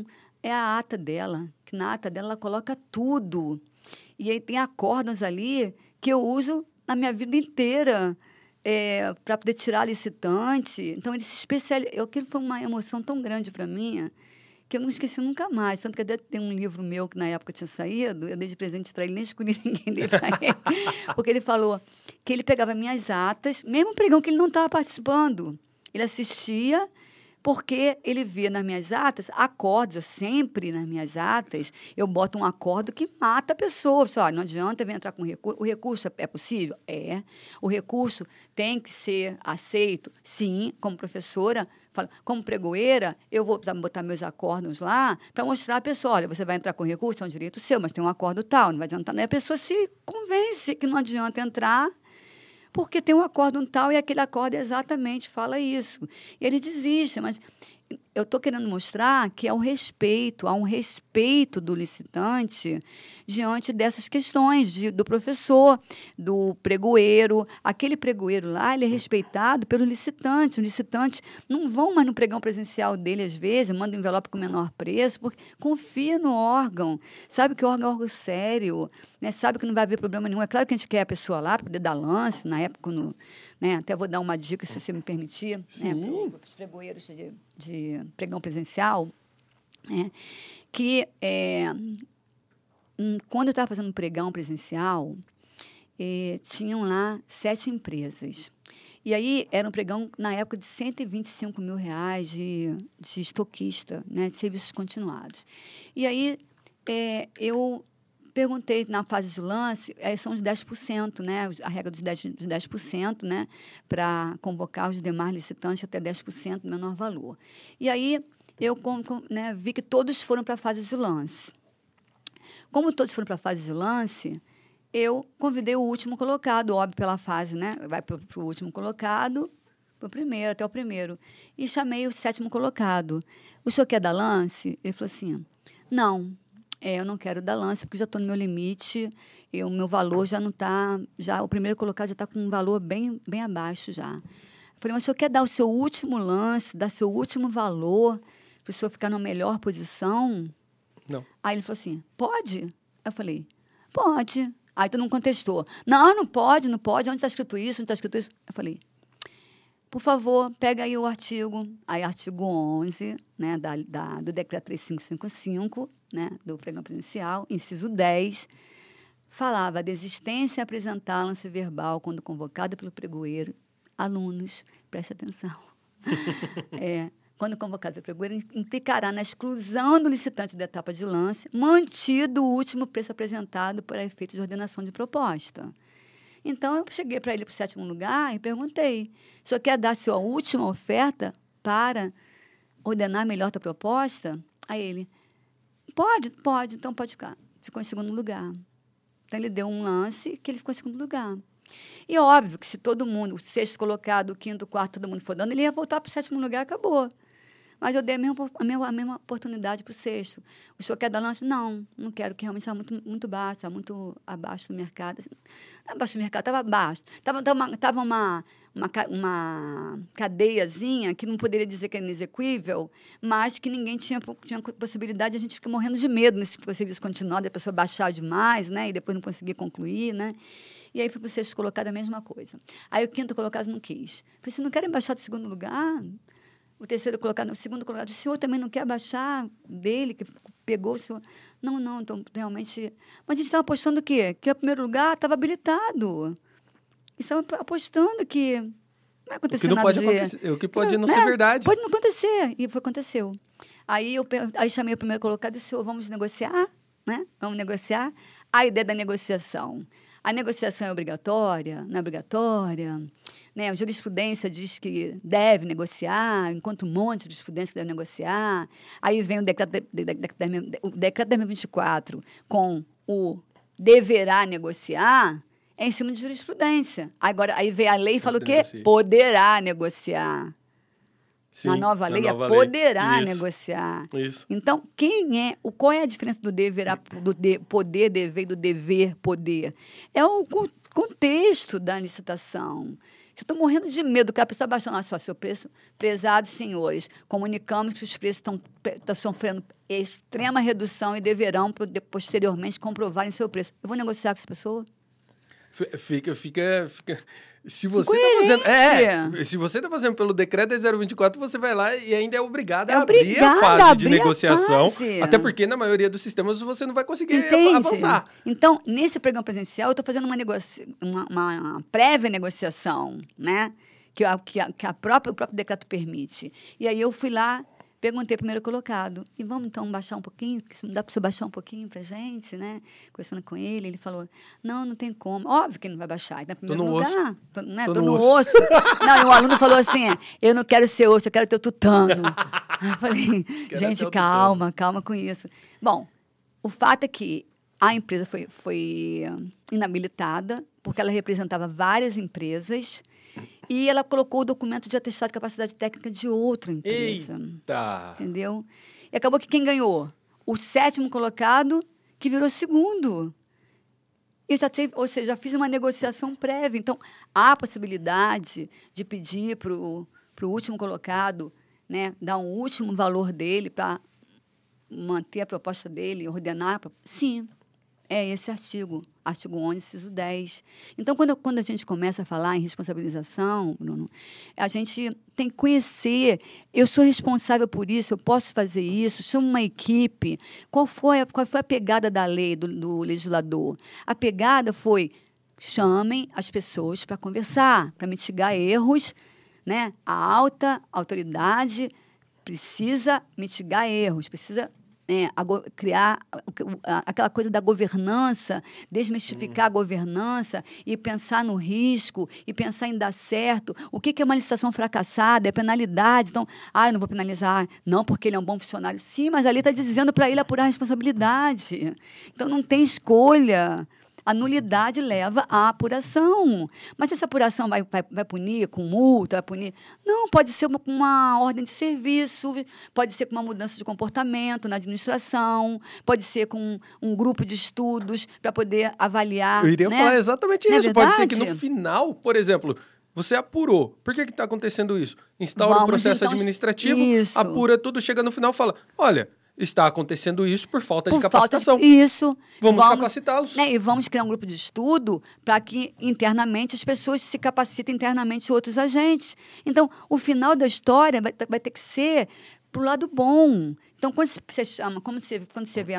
é a ata dela, que na ata dela ela coloca tudo. E aí tem acórdãos ali que eu uso na minha vida inteira para poder tirar licitante. Então, ele se especializa. Aquilo foi uma emoção tão grande para mim que eu não esqueci nunca mais. Tanto que até tem um livro meu que na época tinha saído, eu dei de presente para ele, nem escolhi ninguém ler para ele, porque ele falou que ele pegava minhas atas, mesmo pregão que ele não estava participando, ele assistia, porque ele via nas minhas atas acordes, eu sempre nas minhas atas, eu boto um acordo que mata a pessoa. Olha, não adianta vir entrar com recurso. O recurso é possível? É. O recurso tem que ser aceito? Sim. Como professora, como pregoeira, eu vou botar meus acordos lá para mostrar à pessoa, olha, você vai entrar com recurso, é um direito seu, mas tem um acordo tal, não vai adiantar. A pessoa se convence que não adianta entrar, porque tem um acórdão tal e aquele acórdão exatamente fala isso. E ele desiste, mas eu estou querendo mostrar que há um respeito do licitante diante dessas questões do professor, do pregoeiro. Aquele pregoeiro lá, ele é respeitado pelo licitante. Os licitantes não vão mais no pregão presencial dele, às vezes, manda um envelope com menor preço, porque confia no órgão, sabe que o órgão é órgão sério, né? Sabe que não vai haver problema nenhum. É claro que a gente quer a pessoa lá para poder dar lance, na época, até vou dar uma dica, se você me permitir, né, para os pregoeiros de pregão presencial, né, que quando eu estava fazendo um pregão presencial, tinham lá 7 empresas. E aí era um pregão, na época, de R$125 mil de estoquista, né, de serviços continuados. E aí eu perguntei na fase de lance, são os 10%, né? A regra dos 10%, né? Para convocar os demais licitantes até 10% do menor valor. E aí eu vi que todos foram para a fase de lance. Como todos foram para a fase de lance, eu convidei o último colocado, óbvio, pela fase, né? Vai para o último colocado, para o primeiro, até o primeiro. E chamei o 7º colocado. O senhor quer dar lance? Ele falou assim, não. Eu não quero dar lance, porque já estou no meu limite, o meu valor já não está... O primeiro colocado já está com um valor bem, bem abaixo já. Eu falei, mas o senhor quer dar o seu último lance, dar seu último valor, para o senhor ficar na melhor posição?
Não.
Aí ele falou assim, pode? Eu falei, pode. Aí tu não contestou. Não pode. Onde está escrito isso? Onde está escrito isso? Eu falei, por favor, pega aí o artigo. Aí, artigo 11, né, do Decreto 3555, né, do pregão presencial, inciso 10, falava a desistência em apresentar lance verbal quando convocado pelo pregoeiro. Alunos, preste atenção. Quando convocado pelo pregoeiro, implicará na exclusão do licitante da etapa de lance, mantido o último preço apresentado para efeito de ordenação de proposta. Então, eu cheguei para ele para o 7º lugar e perguntei, o senhor quer dar sua última oferta para ordenar melhor a proposta? Aí ele, pode, então pode ficar. Ficou em 2º lugar. Então, ele deu um lance que ele ficou em 2º lugar. E óbvio que se todo mundo, o 6º colocado, o 5º, o 4º, todo mundo for dando, ele ia voltar para o 7º lugar e acabou. Mas eu dei a mesma oportunidade para o 6º. O senhor quer dar lance? Não quero, porque realmente está muito baixo, está muito abaixo do mercado. Abaixo do mercado, estava baixo. Estava uma cadeiazinha que não poderia dizer que era inexequível, mas que ninguém tinha possibilidade, a gente fica morrendo de medo nesse serviço continuado, a pessoa baixar demais, né, e depois não conseguir concluir, né? E aí fui para o 6º colocado, a mesma coisa. Aí o 5º colocado não quis. Falei, você não querem baixar do 2º lugar? O 3º colocado, o 2º colocado, o senhor também não quer baixar dele, que pegou o senhor? Não, então, realmente... Mas a gente estava apostando o quê? Que o 1º lugar estava habilitado. Estava apostando que não vai acontecer nada.
O que pode não ser verdade.
Pode não acontecer. E aconteceu. Aí chamei o 1º colocado e disse, senhor, vamos negociar? Né? Vamos negociar? A ideia da negociação. A negociação é obrigatória? Não é obrigatória? Né? A jurisprudência diz que deve negociar, enquanto um monte de jurisprudência que deve negociar. Aí vem o decreto 1024 com o deverá negociar, é em cima de jurisprudência. Agora, aí veio a lei e falou o quê? Poderá negociar. Sim, na nova lei poderá negociar.
Isso.
Então, qual é a diferença do deverá, poder, dever e do dever, poder? É o contexto da licitação. Se eu estou morrendo de medo que a pessoa baixando só seu preço, prezados senhores, comunicamos que os preços estão sofrendo extrema redução e deverão posteriormente comprovarem seu preço. Eu vou negociar com essa pessoa?
Fica. Se você está fazendo. Se você está fazendo pelo decreto 1024, você vai lá e ainda é obrigado a abrir a fase de negociação. Até porque, na maioria dos sistemas, você não vai conseguir avançar.
Então, nesse programa presencial, eu estou fazendo uma prévia negociação, né? Que o próprio decreto permite. E aí eu fui lá, perguntei primeiro colocado, e vamos então baixar um pouquinho? Não dá para você baixar um pouquinho para a gente, né? Conversando com ele, ele falou, não tem como. Óbvio que ele não vai baixar. Em primeiro lugar, tô no osso. Não, e o aluno falou assim, eu não quero ser osso, eu quero ter o tutano. Eu falei, gente, calma com isso. Bom, o fato é que a empresa foi inabilitada, porque ela representava várias empresas, e ela colocou o documento de atestado de capacidade técnica de outra empresa.
Eita!
Entendeu? E acabou que quem ganhou? O 7º colocado, que virou 2º. Ou seja, já fiz uma negociação prévia. Então, há a possibilidade de pedir para o último colocado, né, dar um último valor dele para manter a proposta dele, ordenar. Sim, é esse artigo 11, inciso 10. Então, quando a gente começa a falar em responsabilização, Bruno, a gente tem que conhecer, eu sou responsável por isso, eu posso fazer isso, chamo uma equipe. Qual foi a pegada da lei, do legislador? A pegada foi, chamem as pessoas para conversar, para mitigar erros, né? A alta autoridade precisa mitigar erros, precisa criar aquela coisa da governança, desmistificar a governança e pensar no risco e pensar em dar certo. O que é uma licitação fracassada? É penalidade. Então, eu não vou penalizar, não, porque ele é um bom funcionário. Sim, mas ali está dizendo para ele apurar a responsabilidade. Então, não tem escolha. A nulidade leva à apuração. Mas essa apuração vai punir com multa, vai punir... Não, pode ser uma ordem de serviço, pode ser com uma mudança de comportamento na administração, pode ser com um grupo de estudos para poder avaliar.
Eu iria falar exatamente isso.
Pode
ser que no final, por exemplo, você apurou. Por que está acontecendo isso? Instaura o processo administrativo, apura tudo, chega no final e fala, olha... Está acontecendo isso por falta de capacitação.
Isso.
Vamos capacitá-los.
E vamos criar um grupo de estudo para que, internamente, as pessoas se capacitem internamente outros agentes. Então, o final da história vai ter que ser para o lado bom. Então, quando você vê a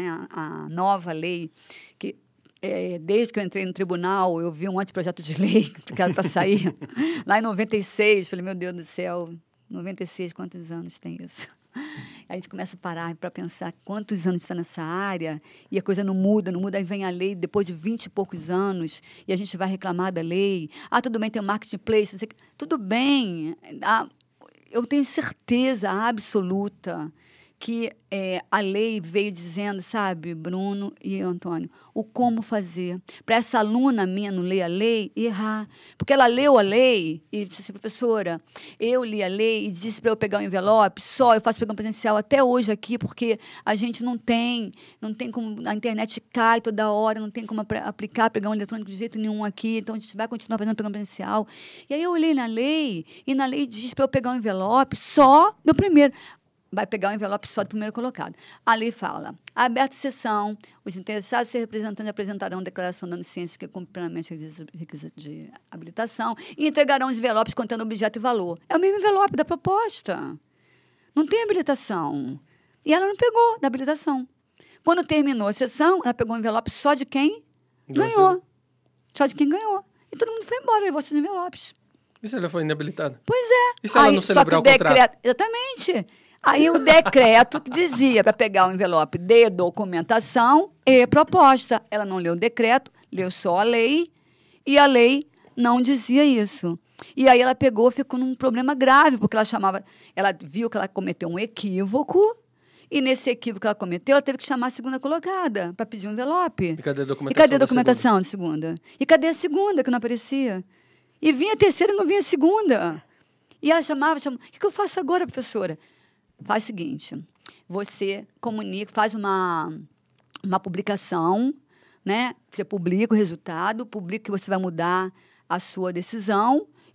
nova lei, que desde que eu entrei no tribunal, eu vi um anteprojeto de lei que era para sair. Lá em 96, falei, meu Deus do céu, 96, quantos anos tem isso? A gente começa a parar para pensar quantos anos está nessa área e a coisa não muda, aí vem a lei depois de 20 e poucos anos e a gente vai reclamar da lei. Tudo bem, tem o marketplace, não sei o que. Tudo bem. Eu tenho certeza absoluta que a lei veio dizendo, sabe, Bruno e Antônio, o como fazer. Para essa aluna minha não ler a lei e errar. Porque ela leu a lei e disse assim, professora, eu li a lei e disse para eu pegar o envelope, eu faço programa presencial até hoje aqui, porque a gente não tem como, a internet cai toda hora, não tem como aplicar programa eletrônico de jeito nenhum aqui, então a gente vai continuar fazendo programa presencial. E aí eu olhei na lei, e na lei diz para eu pegar o envelope só do primeiro. Vai pegar o envelope só do primeiro colocado. A lei fala, aberta sessão, os interessados e seus representantes apresentarão declaração dando ciência que cumpre plenamente requisitos de habilitação e entregarão os envelopes contendo objeto e valor. É o mesmo envelope da proposta. Não tem habilitação. E ela não pegou da habilitação. Quando terminou a sessão, ela pegou o envelope só de quem ganhou. Só de quem ganhou. E todo mundo foi embora, levou seus envelopes.
E se ela foi inabilitada?
Pois é.
E se ela não celebrar o contrato?
Exatamente. Aí o decreto dizia para pegar o envelope de documentação e proposta. Ela não leu o decreto, leu só a lei, e a lei não dizia isso. E aí ela ficou num problema grave, porque ela viu que ela cometeu um equívoco, e nesse equívoco que ela cometeu, ela teve que chamar a segunda colocada para pedir um envelope.
E cadê
a documentação da segunda? E cadê a segunda, que não aparecia? E vinha a terceira e não vinha a segunda. E ela chamava, o que eu faço agora, professora? Faz o seguinte, você comunica, faz uma publicação, né? Você publica o resultado, publica que você vai mudar a sua decisão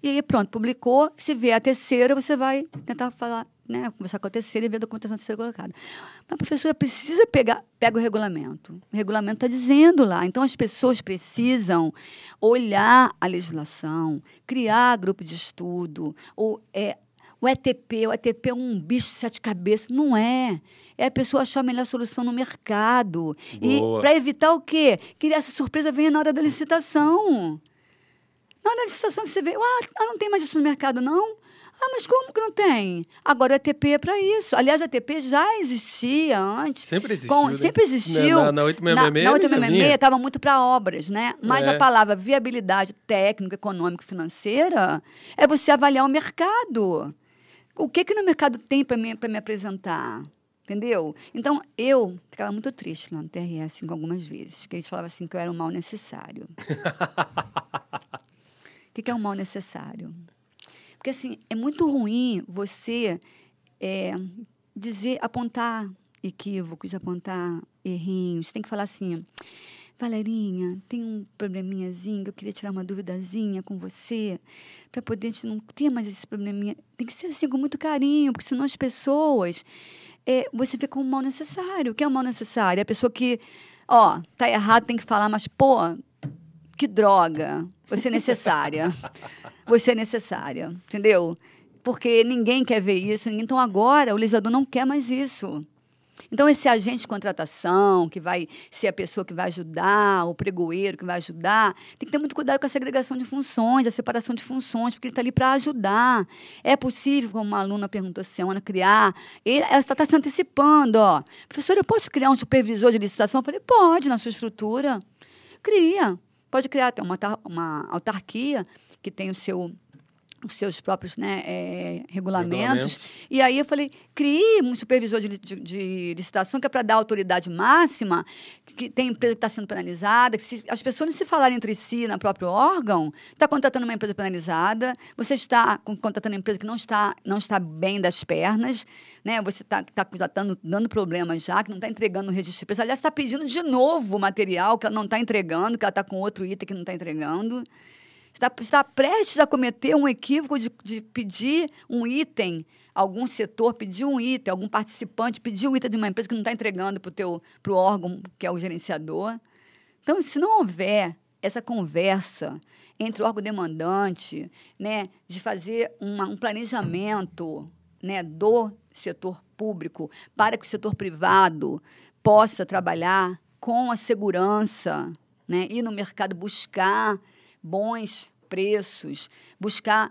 E aí, pronto, publicou. Se vier a terceira, você vai tentar falar, né, conversar com a terceira e ver a documentação da terceira colocada. Mas a professora precisa pega o regulamento. O regulamento está dizendo lá. Então, as pessoas precisam olhar a legislação, criar grupo de estudo, o ETP é um bicho de 7 cabeças. Não é. É a pessoa achar a melhor solução no mercado.
Boa.
E para evitar o quê? Que essa surpresa venha na hora da licitação. Na hora da licitação que você vê, não tem mais isso no mercado, não? Mas como que não tem? Agora o ETP é para isso. Aliás, o ETP já existia antes.
Sempre existiu, né?
Sempre existiu.
Na 866,
na 866 estava muito para obras, né? Mas
É.
a palavra viabilidade técnica, econômica e financeira é você avaliar o mercado. O que no mercado tem para me apresentar? Entendeu? Então, eu ficava muito triste lá no TRS algumas vezes, que eles falavam assim que eu era um mal necessário. O que é um mal necessário? Porque, assim, é muito ruim você apontar equívocos, apontar errinhos. Você tem que falar assim, Valerinha, tem um probleminhazinho que eu queria tirar uma duvidazinha com você, para poder a gente não ter mais esse probleminha. Tem que ser assim, com muito carinho, porque senão as pessoas... você fica com um mal necessário. O que é um mal necessário? É a pessoa que, tá errado, tem que falar, mas, que droga, você é necessária. Você é necessária, entendeu? Porque ninguém quer ver isso. Então, agora, o legislador não quer mais isso. Então, esse agente de contratação, que vai ser a pessoa que vai ajudar, o pregoeiro que vai ajudar, tem que ter muito cuidado com a segregação de funções, a separação de funções, porque ele está ali para ajudar. É possível, como uma aluna perguntou se a criar, ela está se antecipando. Professora, eu posso criar um supervisor de licitação? Eu falei, pode, na sua estrutura. Cria. Pode criar até uma autarquia que tem os seus próprios, né, regulamentos. E aí eu falei, crie um supervisor de licitação que é para dar autoridade máxima, que tem empresa que está sendo penalizada, que se as pessoas não se falarem entre si no próprio órgão, está contratando uma empresa penalizada, você está contratando uma empresa que não está bem das pernas, né, você está dando problemas já, que não está entregando o registro de empresa. Aliás, está pedindo de novo o material que ela não está entregando, que ela está com outro item que não está entregando. Está prestes a cometer um equívoco de pedir um item, algum setor pedir um item, algum participante pedir um item de uma empresa que não está entregando para o órgão, que é o gerenciador. Então, se não houver essa conversa entre o órgão demandante, né, de fazer um planejamento, né, do setor público para que o setor privado possa trabalhar com a segurança, né, ir no mercado buscar bons preços, buscar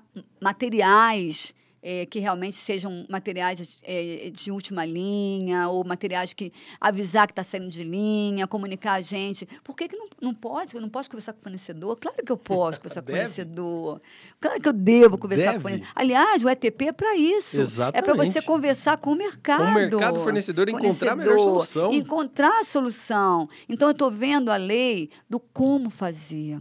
materiais que realmente sejam materiais de última linha ou materiais que avisar que está saindo de linha, comunicar a gente. Por que não pode? Eu não posso conversar com o fornecedor? Claro que eu posso conversar com o fornecedor. Claro que eu devo conversar com o fornecedor. Aliás, o ETP é para isso.
Exatamente.
É para você conversar com o mercado.
Com o mercado fornecedor encontrar a melhor solução.
Encontrar a solução. Então, eu estou vendo a lei do como fazer.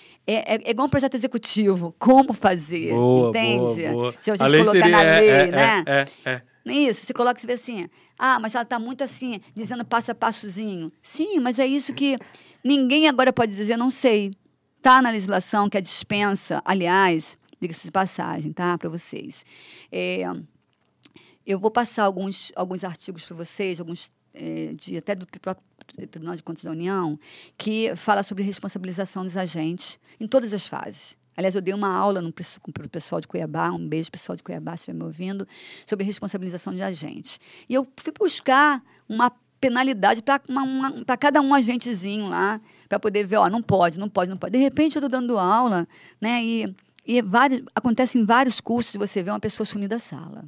É igual um projeto executivo, como fazer, entende?
Boa.
Se a gente colocar na lei, né? Isso, você coloca e vê assim, mas ela está muito assim, dizendo passo a passozinho. Sim, mas é isso que ninguém agora pode dizer, não sei. Está na legislação que a dispensa, aliás, diga-se de passagem, tá, para vocês. Eu vou passar alguns artigos para vocês, até do próprio Tribunal de Contas da União, que fala sobre responsabilização dos agentes em todas as fases. Aliás, eu dei uma aula para o pessoal de Cuiabá, um beijo pessoal de Cuiabá, se estiver me ouvindo, sobre responsabilização de agentes. E eu fui buscar uma penalidade para cada um agentezinho lá, para poder ver, não pode. De repente, eu estou dando aula, né, e acontece em vários cursos de você ver uma pessoa sumir da sala.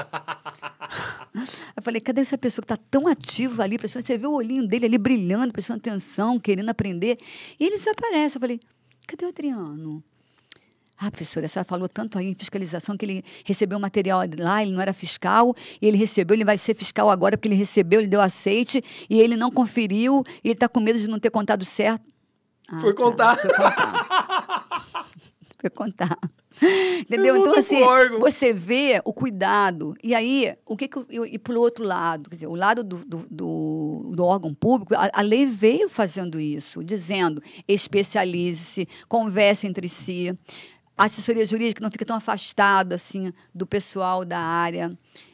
Eu falei, cadê essa pessoa que está tão ativa ali? Você vê o olhinho dele ali brilhando, prestando atenção, querendo aprender. E ele desaparece. Eu falei, cadê o Adriano? Professora, a senhora falou tanto aí em fiscalização que ele recebeu o material lá, ele não era fiscal, e ele vai ser fiscal agora porque ele recebeu, ele deu aceite, e ele não conferiu, e ele está com medo de não ter contado certo.
Foi contar.
Foi contar. Entendeu? Então, assim, você vê o cuidado. E aí, e pelo outro lado, quer dizer, o lado do órgão público, a lei veio fazendo isso, dizendo, especialize-se, converse entre si. a assessoria jurídica não fica tão afastado assim do pessoal da área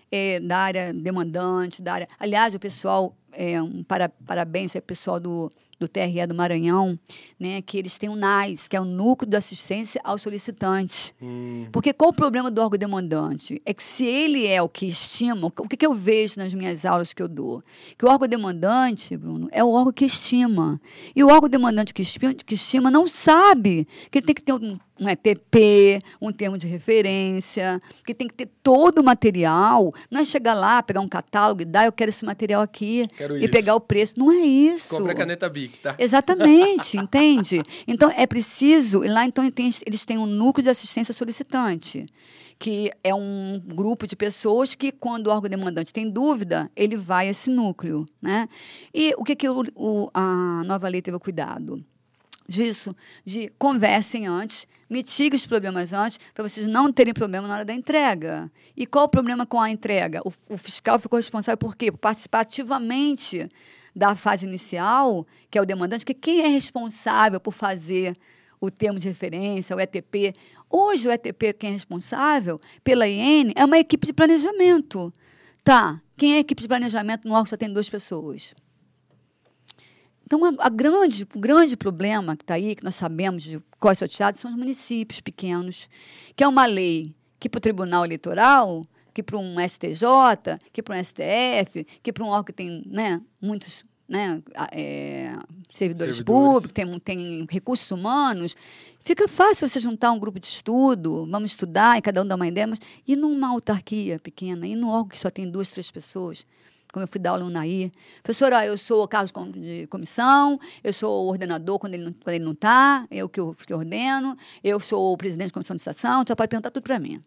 demandante, da área... Aliás, o pessoal, parabéns ao pessoal do TRE do Maranhão, né, que eles têm o NAS, que é o Núcleo de Assistência ao Solicitante. Porque qual o problema do órgão demandante? É que se ele é o que estima, o que eu vejo nas minhas aulas que eu dou? Que o órgão demandante, Bruno, é o órgão que estima. E o órgão demandante que estima não sabe que ele tem que ter um ETP, um termo de referência, que tem que ter todo o material. Não é chegar lá, pegar um catálogo e dar, eu quero esse material aqui, e pegar o preço. Não é isso.
Compra a caneta Bic, tá?
Exatamente, entende? Então, é preciso... E lá, então, eles têm um núcleo de assistência solicitante, que é um grupo de pessoas que, quando o órgão demandante tem dúvida, ele vai a esse núcleo, né? E o que a nova lei teve cuidado? Disso, de conversem antes, mitiguem os problemas antes, para vocês não terem problema na hora da entrega. E qual o problema com a entrega? O fiscal ficou responsável por quê? Por participar ativamente da fase inicial, que é o demandante, porque quem é responsável por fazer o termo de referência, o ETP? Hoje, o ETP, quem é responsável pela IN, é uma equipe de planejamento. Tá, quem é a equipe de planejamento no órgão só tem 2 pessoas? Então, o grande problema que está aí, que nós sabemos de qual é sorteado, são os municípios pequenos, que é uma lei que para o Tribunal Eleitoral, que para um STJ, que para um STF, que para um órgão que tem, né, muitos, né, servidores públicos, tem recursos humanos, fica fácil você juntar um grupo de estudo, vamos estudar e cada um dá uma ideia, mas e numa autarquia pequena, e num órgão que só tem 2, 3 pessoas? Como eu fui dar aula no Unaí. Professora, eu sou cargo de comissão, eu sou o ordenador quando ele não está, eu que ordeno, eu sou o presidente de comissão de licitação, você pode perguntar tudo para mim.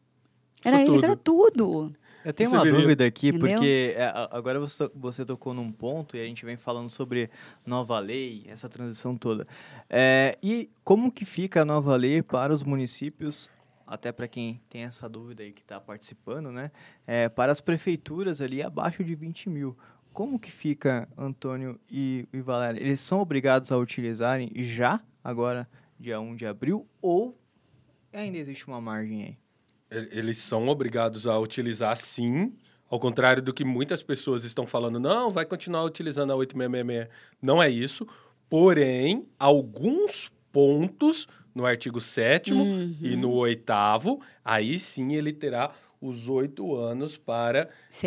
Era tudo.
Eu tenho uma dúvida aqui, entendeu? Porque agora você tocou num ponto e a gente vem falando sobre nova lei, essa transição toda. E como que fica a nova lei para os municípios, até para quem tem essa dúvida aí que está participando, né? Para as prefeituras ali abaixo de 20 mil. Como que fica, Antônio e Valéria? Eles são obrigados a utilizarem já, agora, dia 1 de abril, ou ainda existe uma margem aí?
Eles são obrigados a utilizar, sim, ao contrário do que muitas pessoas estão falando, não, vai continuar utilizando a 8666. Não é isso, porém, alguns pontos no artigo 7º e no 8º, aí sim ele terá os 8 anos para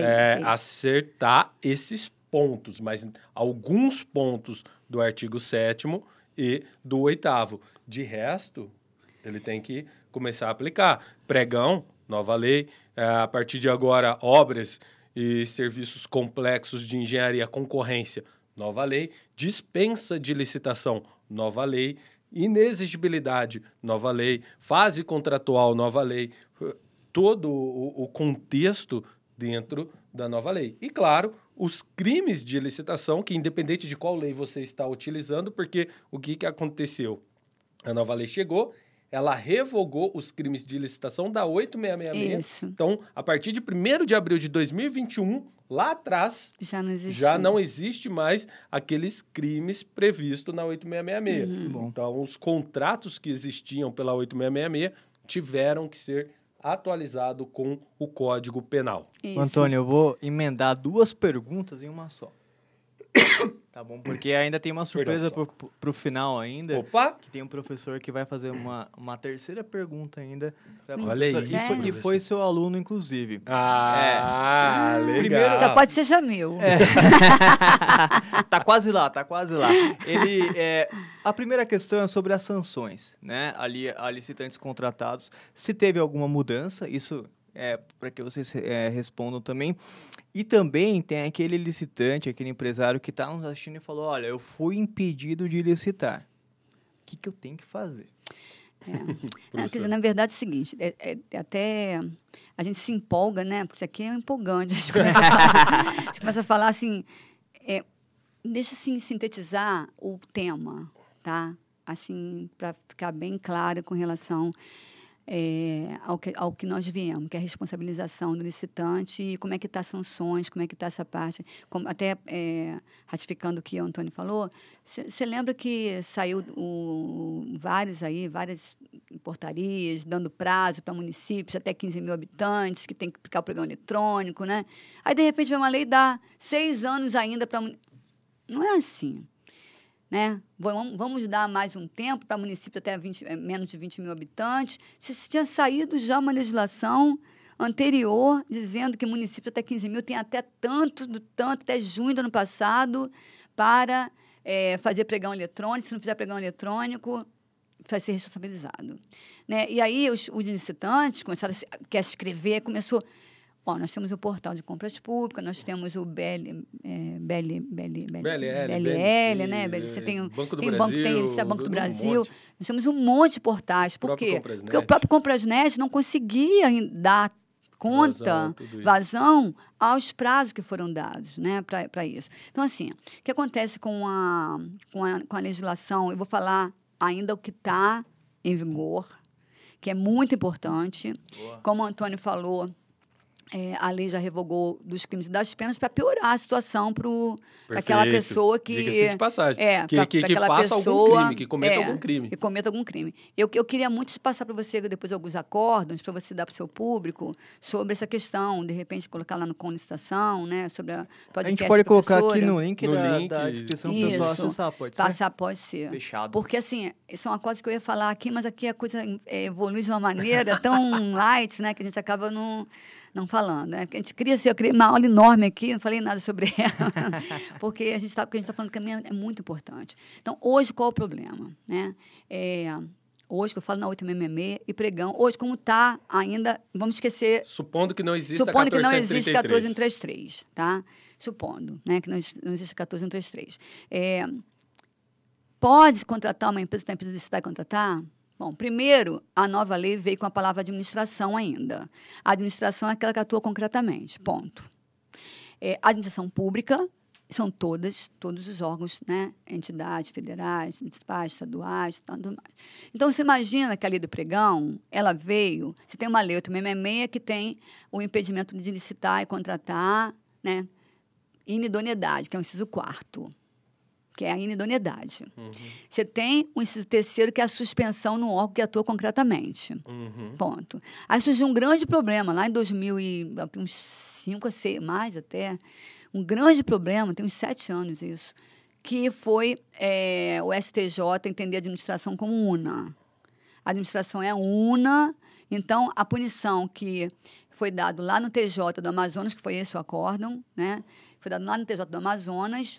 acertar esses pontos, mas alguns pontos do artigo 7º e do 8º. De resto, ele tem que começar a aplicar. Pregão, nova lei. A partir de agora, obras e serviços complexos de engenharia, concorrência, nova lei. Dispensa de licitação, nova lei. Inexigibilidade, nova lei. Fase contratual, nova lei. Todo o contexto dentro da nova lei. E, claro, os crimes de licitação, que independente de qual lei você está utilizando, porque o que aconteceu? A nova lei chegou, ela revogou os crimes de licitação da 8666.
Isso.
Então, a partir de 1º de abril de 2021, lá atrás, já não existe mais aqueles crimes previstos na 8666. Então, os contratos que existiam pela 8666 tiveram que ser atualizados com o Código Penal.
Isso. Antônio, eu vou emendar 2 perguntas em uma só. Tá bom, porque ainda tem uma surpresa pro final ainda.
Opa!
Que tem um professor que vai fazer uma 3ª pergunta ainda.
Olha isso.
E foi seu aluno, inclusive.
Legal.
Primeiro, só pode ser Jamil.
Tá quase lá. A primeira questão é sobre as sanções, né? Ali, a licitantes contratados. Se teve alguma mudança, isso para que vocês respondam também. E também tem aquele licitante, aquele empresário que está nos assistindo e falou, olha, eu fui impedido de licitar. O que eu tenho que fazer?
Quer dizer, na verdade é o seguinte, até a gente se empolga, né? Porque isso aqui é empolgante. A gente começa a falar assim, deixa assim sintetizar o tema, tá? Assim, para ficar bem claro com relação ao que nós viemos, que é a responsabilização do licitante e como é que está as sanções, como é que está essa parte. Até ratificando o que o Antônio falou, você lembra que saiu várias portarias, dando prazo para municípios até 15 mil habitantes, que tem que aplicar o pregão eletrônico, né? Aí, de repente, vem uma lei e dá 6 anos ainda para... Não é assim, né? Vamos dar mais um tempo para municípios até menos de 20 mil habitantes. Se tinha saído já uma legislação anterior dizendo que municípios até 15 mil tem até tanto, até junho do ano passado, para fazer pregão eletrônico. Se não fizer pregão eletrônico, vai ser responsabilizado, né? E aí os licitantes começaram a escrever, começou... nós temos o portal de compras públicas, nós temos o BLL, né? Você tem
Banco do
Brasil, Banco do Brasil. Nós temos um monte de portais. Por quê? Porque o próprio Comprasnet não conseguia dar conta, vazão aos prazos que foram dados, né, para isso. Então, assim, o que acontece com a legislação? Eu vou falar ainda o que está em vigor, que é muito importante.
Boa.
Como o Antônio falou, a lei já revogou dos crimes e das penas para piorar a situação para aquela pessoa que...
Diga-se de passagem.
Que
faça algum crime, que cometa algum crime.
Que cometa algum crime. Eu queria muito passar para você depois alguns acórdons para você dar para o seu público sobre essa questão, de repente colocar lá no Com Licitação, né, sobre a podcast.
A gente pode colocar aqui no link,
link
da descrição para o pessoal acessar, pode ser?
Passar, pode ser.
Fechado.
Porque, assim, são acordos que eu ia falar aqui, mas aqui a coisa evolui de uma maneira tão light, né, que a gente acaba não falando, né? Eu criei uma aula enorme aqui, não falei nada sobre ela, porque o que a gente está falando também é muito importante. Então, hoje, qual é o problema, né? Hoje, que eu falo na 8MME e pregão, hoje, como está ainda, vamos esquecer...
Supondo que não exista 14133,
tá? Supondo, né, que não existe 14133. Pode contratar uma empresa, tem empresa de cidade contratar? Bom, primeiro, a nova lei veio com a palavra administração ainda. A administração é aquela que atua concretamente, ponto. A administração pública são todos os órgãos, né? Entidades federais, municipais, estaduais, tudo mais. Então, você imagina que a lei do pregão, ela veio... Você tem uma lei 866 que tem o impedimento de licitar e contratar, né? Inidoneidade, que é o inciso 4º. Que é a inidoneidade. Você tem o inciso 3º, que é a suspensão no órgão que atua concretamente. Ponto. Aí surgiu um grande problema, lá em 2000 e uns 5 a 6, mais até, um grande problema, tem uns 7 anos isso, que foi o STJ entender a administração como una. A administração é una, então a punição que foi dado lá no TJ do Amazonas, que foi esse o acórdão, né? Foi dado lá no TJ do Amazonas,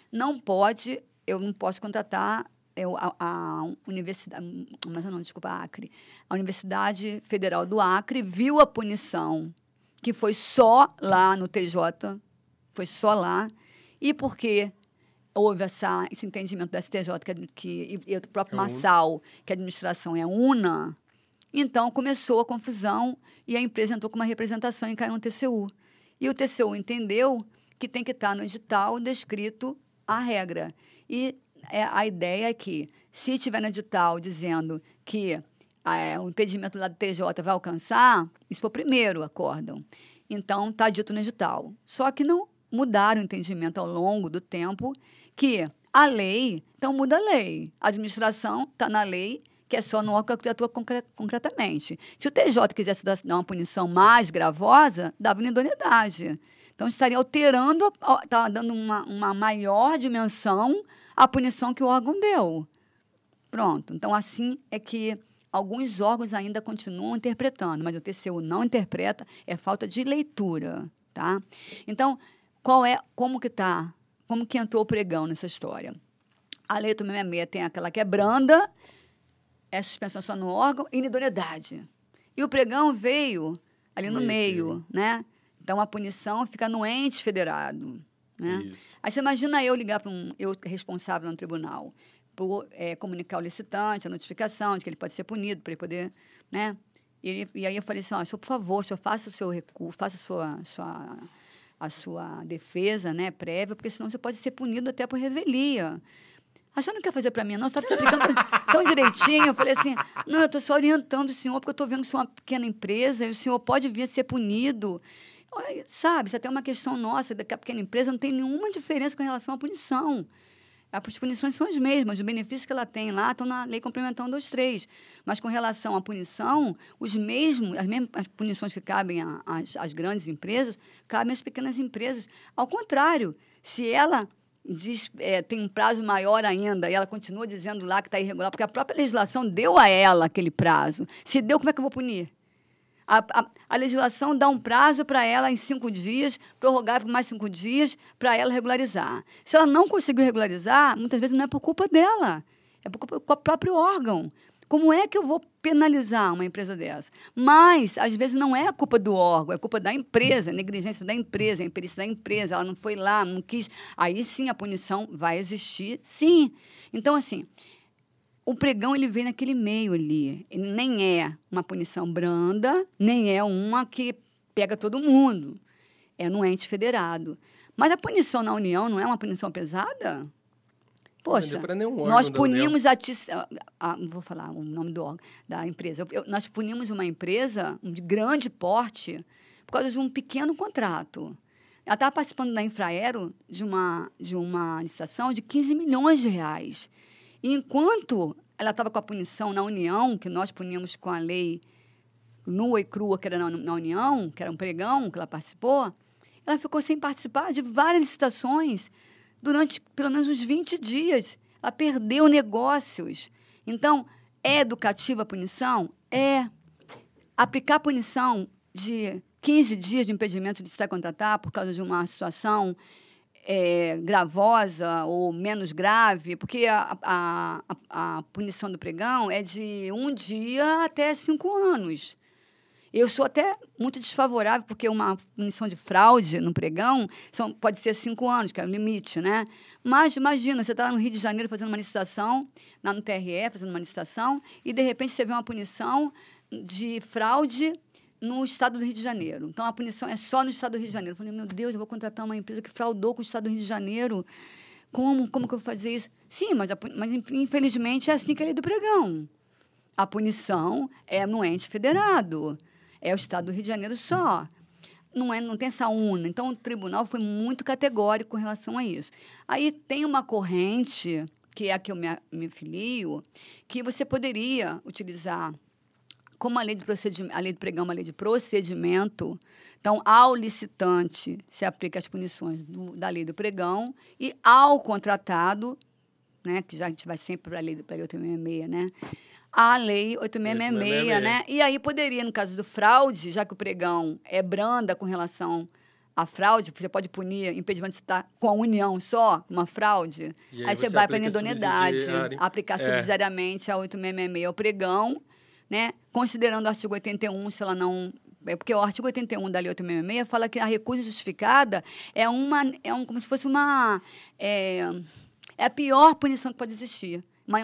eu não posso contratar a Universidade, mas não, desculpa, Acre. A Universidade Federal do Acre viu a punição, que foi só lá no TJ, foi só lá, e porque houve esse entendimento do STJ, e do próprio Massal, que a administração é una, então começou a confusão e a empresa entrou com uma representação e caiu no TCU. E o TCU entendeu que tem que estar no edital descrito a regra. E a ideia é que, se tiver no edital dizendo que o impedimento lá do TJ vai alcançar, isso foi o primeiro acórdão. Então, está dito no edital. Só que não mudaram o entendimento ao longo do tempo que a lei, então muda a lei. A administração está na lei, que é só no órgão que atua concretamente. Se o TJ quisesse dar uma punição mais gravosa, dava inidoneidade. Então, estaria alterando, está dando uma maior dimensão à punição que o órgão deu. Pronto. Então, assim é que alguns órgãos ainda continuam interpretando, mas o TCU não interpreta, é falta de leitura, tá? Então, como que entrou o pregão nessa história? A lei 866 tem aquela que é branda, é suspensão só no órgão, e inidoneidade. E o pregão veio ali no meio, né? Então, a punição fica no ente federado, né?
Isso.
Aí você imagina eu ligar para eu responsável no tribunal por comunicar ao licitante a notificação de que ele pode ser punido, para ele poder, né? E aí eu falei assim, senhor, por favor, senhor, faça o seu recurso, faça a sua defesa, né, prévia, porque senão você pode ser punido até por revelia. A senhora não quer fazer para mim, não? Você está me explicando tão direitinho. Eu falei assim, não, eu estou só orientando o senhor, porque eu estou vendo que o senhor é uma pequena empresa e o senhor pode vir a ser punido. Sabe, isso até é uma questão nossa, da pequena empresa não tem nenhuma diferença com relação à punição. As punições são as mesmas, os benefícios que ela tem lá estão na Lei Complementar 123. Mas com relação à punição, as mesmas punições que cabem às grandes empresas, cabem às pequenas empresas. Ao contrário, se ela tem um prazo maior ainda e ela continua dizendo lá que está irregular, porque a própria legislação deu a ela aquele prazo. Se deu, como é que eu vou punir? A legislação dá um prazo para ela em 5 dias, prorrogar por mais 5 dias, para ela regularizar. Se ela não conseguiu regularizar, muitas vezes não é por culpa dela, é por culpa do próprio órgão. Como é que eu vou penalizar uma empresa dessa? Mas, às vezes, não é a culpa do órgão, é culpa da empresa, a negligência da empresa, a imperícia da empresa, ela não foi lá, não quis. Aí, sim, a punição vai existir, sim. Então, assim, o pregão, ele vem naquele meio ali. Ele nem é uma punição branda, nem é uma que pega todo mundo. É no ente federado. Mas a punição na União não é uma punição pesada? Poxa, nós punimos não vou falar o nome do órgão, da empresa. Nós punimos uma empresa de grande porte por causa de um pequeno contrato. Ela estava participando da Infraero de uma licitação de 15 milhões de reais. E enquanto ela estava com a punição na União, que nós punimos com a lei nua e crua, que era na União, que era um pregão que ela participou, ela ficou sem participar de várias licitações durante pelo menos uns 20 dias. Ela perdeu negócios. Então, é educativa a punição? É. Aplicar punição de 15 dias de impedimento de se contratar por causa de uma situação gravosa ou menos grave, porque a punição do pregão é de 1 dia até 5 anos. Eu sou até muito desfavorável, porque uma punição de fraude no pregão pode ser 5 anos, que é o limite, né? Mas imagina, você está no Rio de Janeiro fazendo uma licitação, lá no TRE fazendo uma licitação, e de repente você vê uma punição de fraude no estado do Rio de Janeiro. Então, a punição é só no estado do Rio de Janeiro. Eu falei, meu Deus, eu vou contratar uma empresa que fraudou com o estado do Rio de Janeiro. Como que eu vou fazer isso? Sim, mas infelizmente é assim que é a lei do pregão. A punição é no ente federado. É o estado do Rio de Janeiro só. Não tem essa UNA. Então, o tribunal foi muito categórico com relação a isso. Aí tem uma corrente, que é a que eu me filio, que você poderia utilizar como a lei do pregão é uma lei de procedimento. Então, ao licitante se aplica as punições da lei do pregão e ao contratado, né, que já a gente vai sempre para a lei 866, né? A lei 8666, né? E aí poderia, no caso do fraude, já que o pregão é branda com relação à fraude, você pode punir impedimento de estar com a União só, uma fraude, aí você vai para a idoneidade, aplicar subsidiariamente a 8666 ao pregão, né? Considerando o artigo 81, se ela não... Porque o artigo 81 da Lei 866 fala que a recusa justificada é como se fosse uma... É a pior punição que pode existir.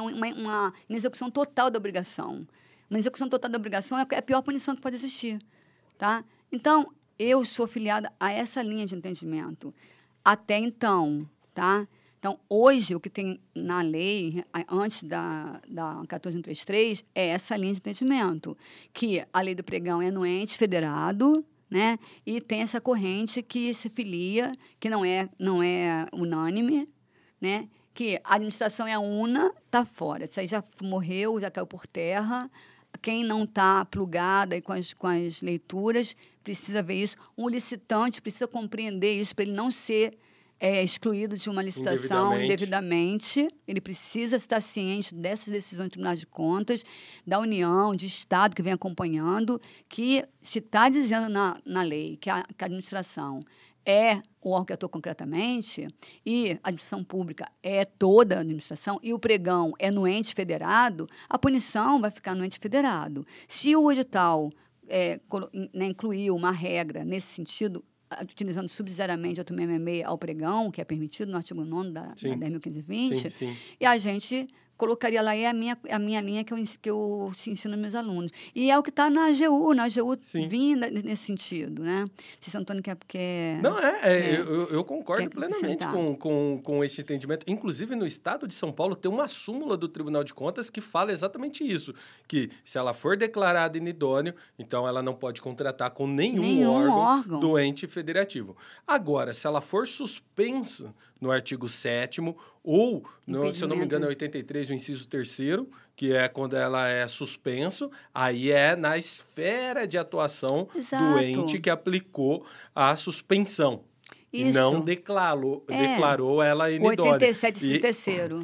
Uma inexecução total da obrigação. Uma execução total da obrigação é a pior punição que pode existir. Tá? Então, eu sou filiada a essa linha de entendimento. Até então, tá? Então, hoje, o que tem na lei, antes da 14133, é essa linha de entendimento, que a lei do pregão é no ente federado, né? E tem essa corrente que se filia, que não é unânime, né? Que a administração é a UNA, está fora. Isso aí já morreu, já caiu por terra. Quem não está plugado aí com as leituras precisa ver isso. Um licitante precisa compreender isso para ele não ser excluído de uma licitação indevidamente. Ele precisa estar ciente dessas decisões do Tribunal de Contas, da União, de Estado que vem acompanhando, que se está dizendo na lei que a administração é o órgão que atua concretamente, e a administração pública é toda a administração, e o pregão é no ente federado, a punição vai ficar no ente federado. Se o edital incluiu uma regra nesse sentido, utilizando subsidiariamente a 866 ao pregão, que é permitido no artigo 9º da 10.520, sim. E a gente colocaria lá, a minha linha que eu ensino aos meus alunos. E é o que está na AGU. Na AGU vinha nesse sentido, né? Se Antônio quer...
Não, eu concordo plenamente com esse entendimento. Inclusive, no estado de São Paulo, tem uma súmula do Tribunal de Contas que fala exatamente isso, que se ela for declarada inidônea, então ela não pode contratar com nenhum órgão do ente federativo. Agora, se ela for suspensa no artigo 7º, ou, se eu não me engano, é 83, o inciso 3º, que é quando ela é suspenso, aí é na esfera de atuação do ente que aplicou a suspensão. Isso. E não declarou ela inidônea.
87, terceiro.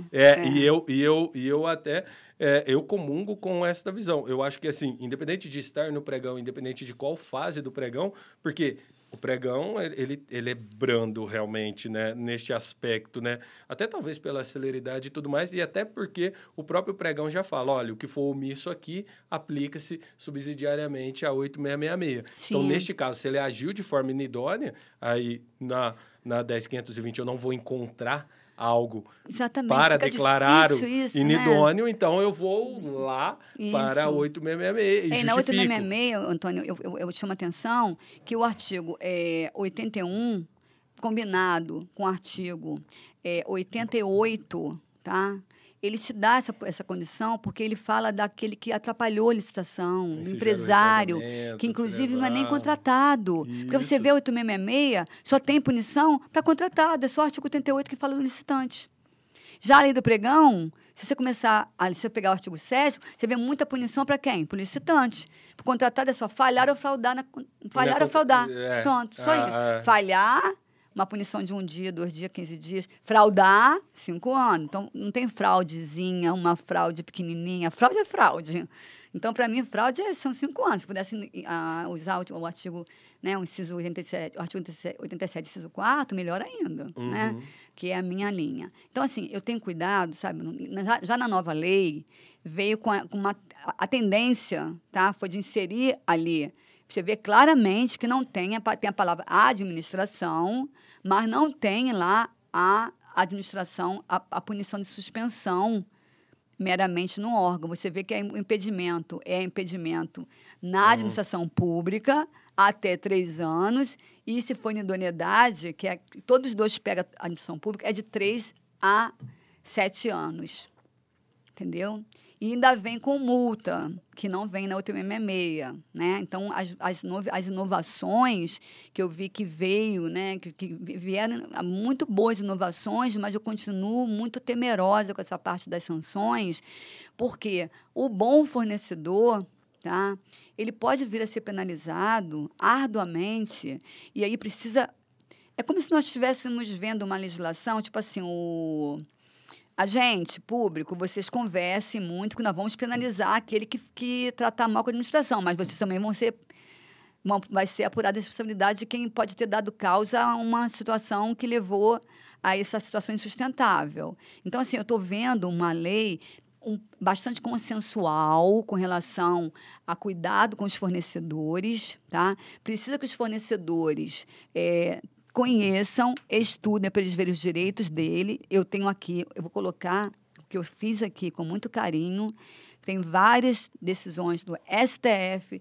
E eu até... eu comungo com esta visão. Eu acho que, assim, independente de estar no pregão, independente de qual fase do pregão, porque o pregão, ele é brando realmente, né, neste aspecto, né? Até talvez pela celeridade e tudo mais, e até porque o próprio pregão já fala, olha, o que for omisso aqui aplica-se subsidiariamente a 8666. Sim. Então, neste caso, se ele agiu de forma inidônea, aí na 10.520 eu não vou encontrar algo para declarar o inidôneo, né? Então eu vou lá para 8666 e
na 8666, Antônio, eu chamo a atenção que o artigo 81, combinado com o artigo 88, tá? Ele te dá essa condição porque ele fala daquele que atrapalhou a licitação, do empresário, que inclusive não é nem contratado. Isso. Porque você vê o 8666, só tem punição para contratado, é só o artigo 88 que fala do licitante. Já a lei do pregão, se você começar a pegar o artigo 7º, você vê muita punição para quem? Para o licitante. Para o contratado é só falhar ou fraudar. Falhar ou fraudar. Pronto, só isso. Falhar... uma punição de 1 dia, 2 dias, 15 dias. Fraudar, 5 anos. Então, não tem fraudezinha, uma fraude pequenininha. Fraude é fraude. Então, para mim, fraude são 5 anos. Se pudesse usar o artigo, né, o inciso 87, o artigo 87, inciso 4, melhor ainda, né? Que é a minha linha. Então, assim, eu tenho cuidado, sabe? Já na nova lei, veio com a tendência, tá? Foi de inserir ali. Você vê claramente que não tem a palavra administração, mas não tem lá a administração, a punição de suspensão meramente no órgão. Você vê que o impedimento é impedimento na administração pública até 3 anos, e se for inidoneidade, todos os dois pegam a administração pública, é de 3 a 7 anos. Entendeu? E ainda vem com multa, que não vem na 8666, né? Então, as inovações que eu vi que veio, né? Que vieram muito boas inovações, mas eu continuo muito temerosa com essa parte das sanções, porque o bom fornecedor, tá? Ele pode vir a ser penalizado arduamente, e aí precisa... É como se nós estivéssemos vendo uma legislação, tipo assim, agente público, vocês conversem muito, que nós vamos penalizar aquele que tratar mal com a administração, mas vocês também vai ser apurada a responsabilidade de quem pode ter dado causa a uma situação que levou a essa situação insustentável. Então, assim, eu estou vendo uma lei bastante consensual com relação a cuidado com os fornecedores, tá? Precisa que os fornecedores conheçam, estudem para eles verem os direitos dele. Eu tenho aqui, eu vou colocar o que eu fiz aqui com muito carinho. Tem várias decisões do STF,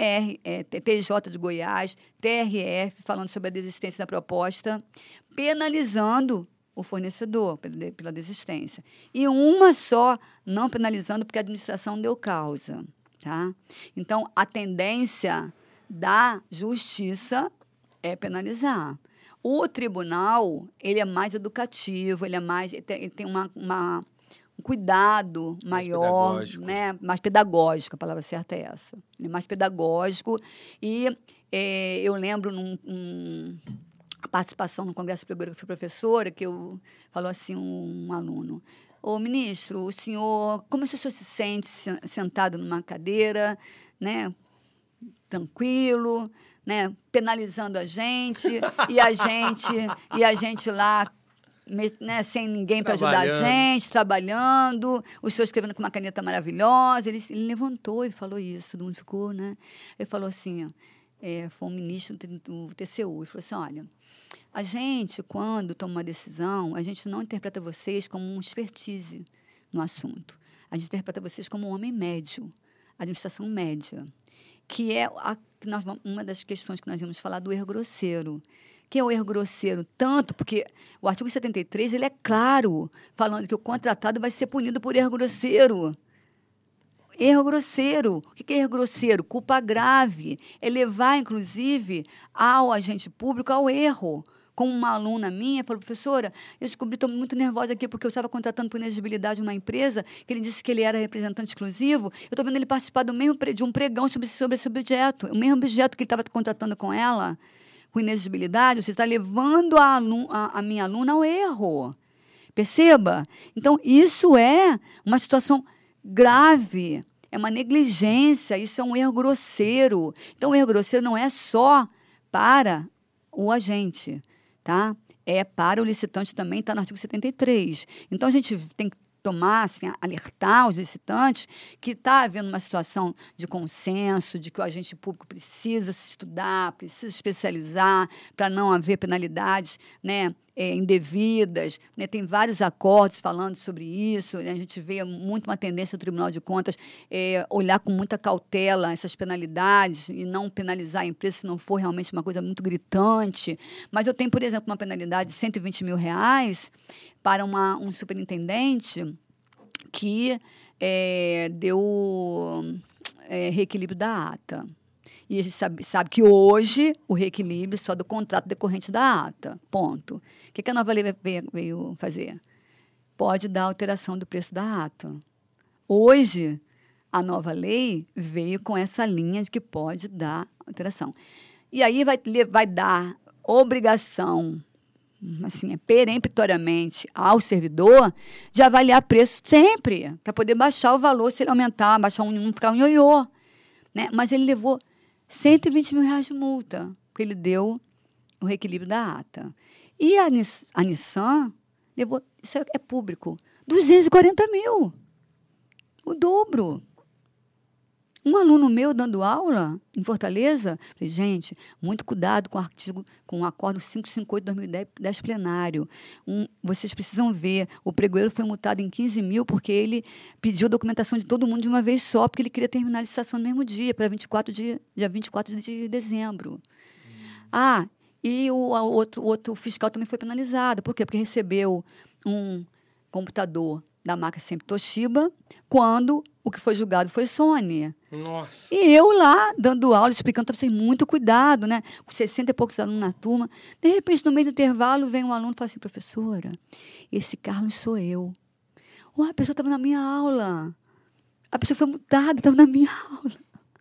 TJ de Goiás, TRF, falando sobre a desistência da proposta, penalizando o fornecedor pela desistência. E uma só não penalizando porque a administração deu causa. Tá? Então, a tendência da justiça é penalizar. O tribunal, ele é mais educativo, ele tem um cuidado maior, né? Mais pedagógico, a palavra certa é essa. Ele é mais pedagógico. E eu lembro a participação no Congresso Superior, que eu fui professora, que falou assim um aluno: ô ministro, o senhor, como o senhor se sente sentado numa cadeira, né, tranquilo, né, penalizando a gente e a gente lá, né, sem ninguém para ajudar a gente, trabalhando, o senhor escrevendo com uma caneta maravilhosa. Ele levantou e falou isso, todo mundo ficou, né? Ele falou assim, foi um ministro do TCU, e falou assim, olha, a gente, quando toma uma decisão, a gente não interpreta vocês como um expertise no assunto. A gente interpreta vocês como um homem médio, administração média, que é uma das questões que nós íamos falar do erro grosseiro. Que é o erro grosseiro? Tanto porque o artigo 73, ele é claro, falando que o contratado vai ser punido por erro grosseiro. Erro grosseiro. O que é erro grosseiro? Culpa grave. É levar, inclusive, ao agente público ao erro. como uma aluna minha, falou, professora, eu descobri, estou muito nervosa aqui, porque eu estava contratando por inexigibilidade uma empresa, que ele disse que ele era representante exclusivo, eu estou vendo ele participar de um pregão sobre esse objeto, o mesmo objeto que ele estava contratando com ela, com inexigibilidade, você está levando a minha aluna ao erro. Perceba? Então, isso é uma situação grave, é uma negligência, isso é um erro grosseiro. Então, o erro grosseiro não é só para o agente, tá? É para o licitante também, está no artigo 73. Então, a gente tem que tomar, assim, alertar os licitantes que está havendo uma situação de consenso, de que o agente público precisa se estudar, precisa se especializar para não haver penalidades, né, indevidas, né? Tem vários acordos falando sobre isso, né? A gente vê muito uma tendência do Tribunal de Contas olhar com muita cautela essas penalidades e não penalizar a empresa se não for realmente uma coisa muito gritante. Mas eu tenho, por exemplo, uma penalidade de R$120 mil para um superintendente que deu reequilíbrio da ata. E a gente sabe que hoje o reequilíbrio é só do contrato decorrente da ata. Ponto. O que a nova lei veio fazer? Pode dar alteração do preço da ata. Hoje, a nova lei veio com essa linha de que pode dar alteração. E aí vai dar obrigação, assim, peremptoriamente ao servidor de avaliar preço sempre, para poder baixar o valor, se ele aumentar, não ficar um ioiô. Né? Mas ele levou R$120 mil de multa, porque ele deu o reequilíbrio da ata. E a Nissan levou, isso é público, R$240 mil. O dobro. Um aluno meu dando aula em Fortaleza, falei, gente, muito cuidado com o acordo 558/2010 plenário. Vocês precisam ver, o pregoeiro foi multado em 15 mil porque ele pediu documentação de todo mundo de uma vez só, porque ele queria terminar a licitação no mesmo dia, para dia 24 de dezembro. E o outro fiscal também foi penalizado. Por quê? Porque recebeu um computador da marca sempre Toshiba, quando o que foi julgado foi Sony.
Nossa.
E eu lá, dando aula, explicando, estava sem muito cuidado, né? Com 60 e poucos alunos na turma. De repente, no meio do intervalo, vem um aluno e fala assim, professora, esse Carlos sou eu. A pessoa estava na minha aula. A pessoa foi multada, estava na minha aula.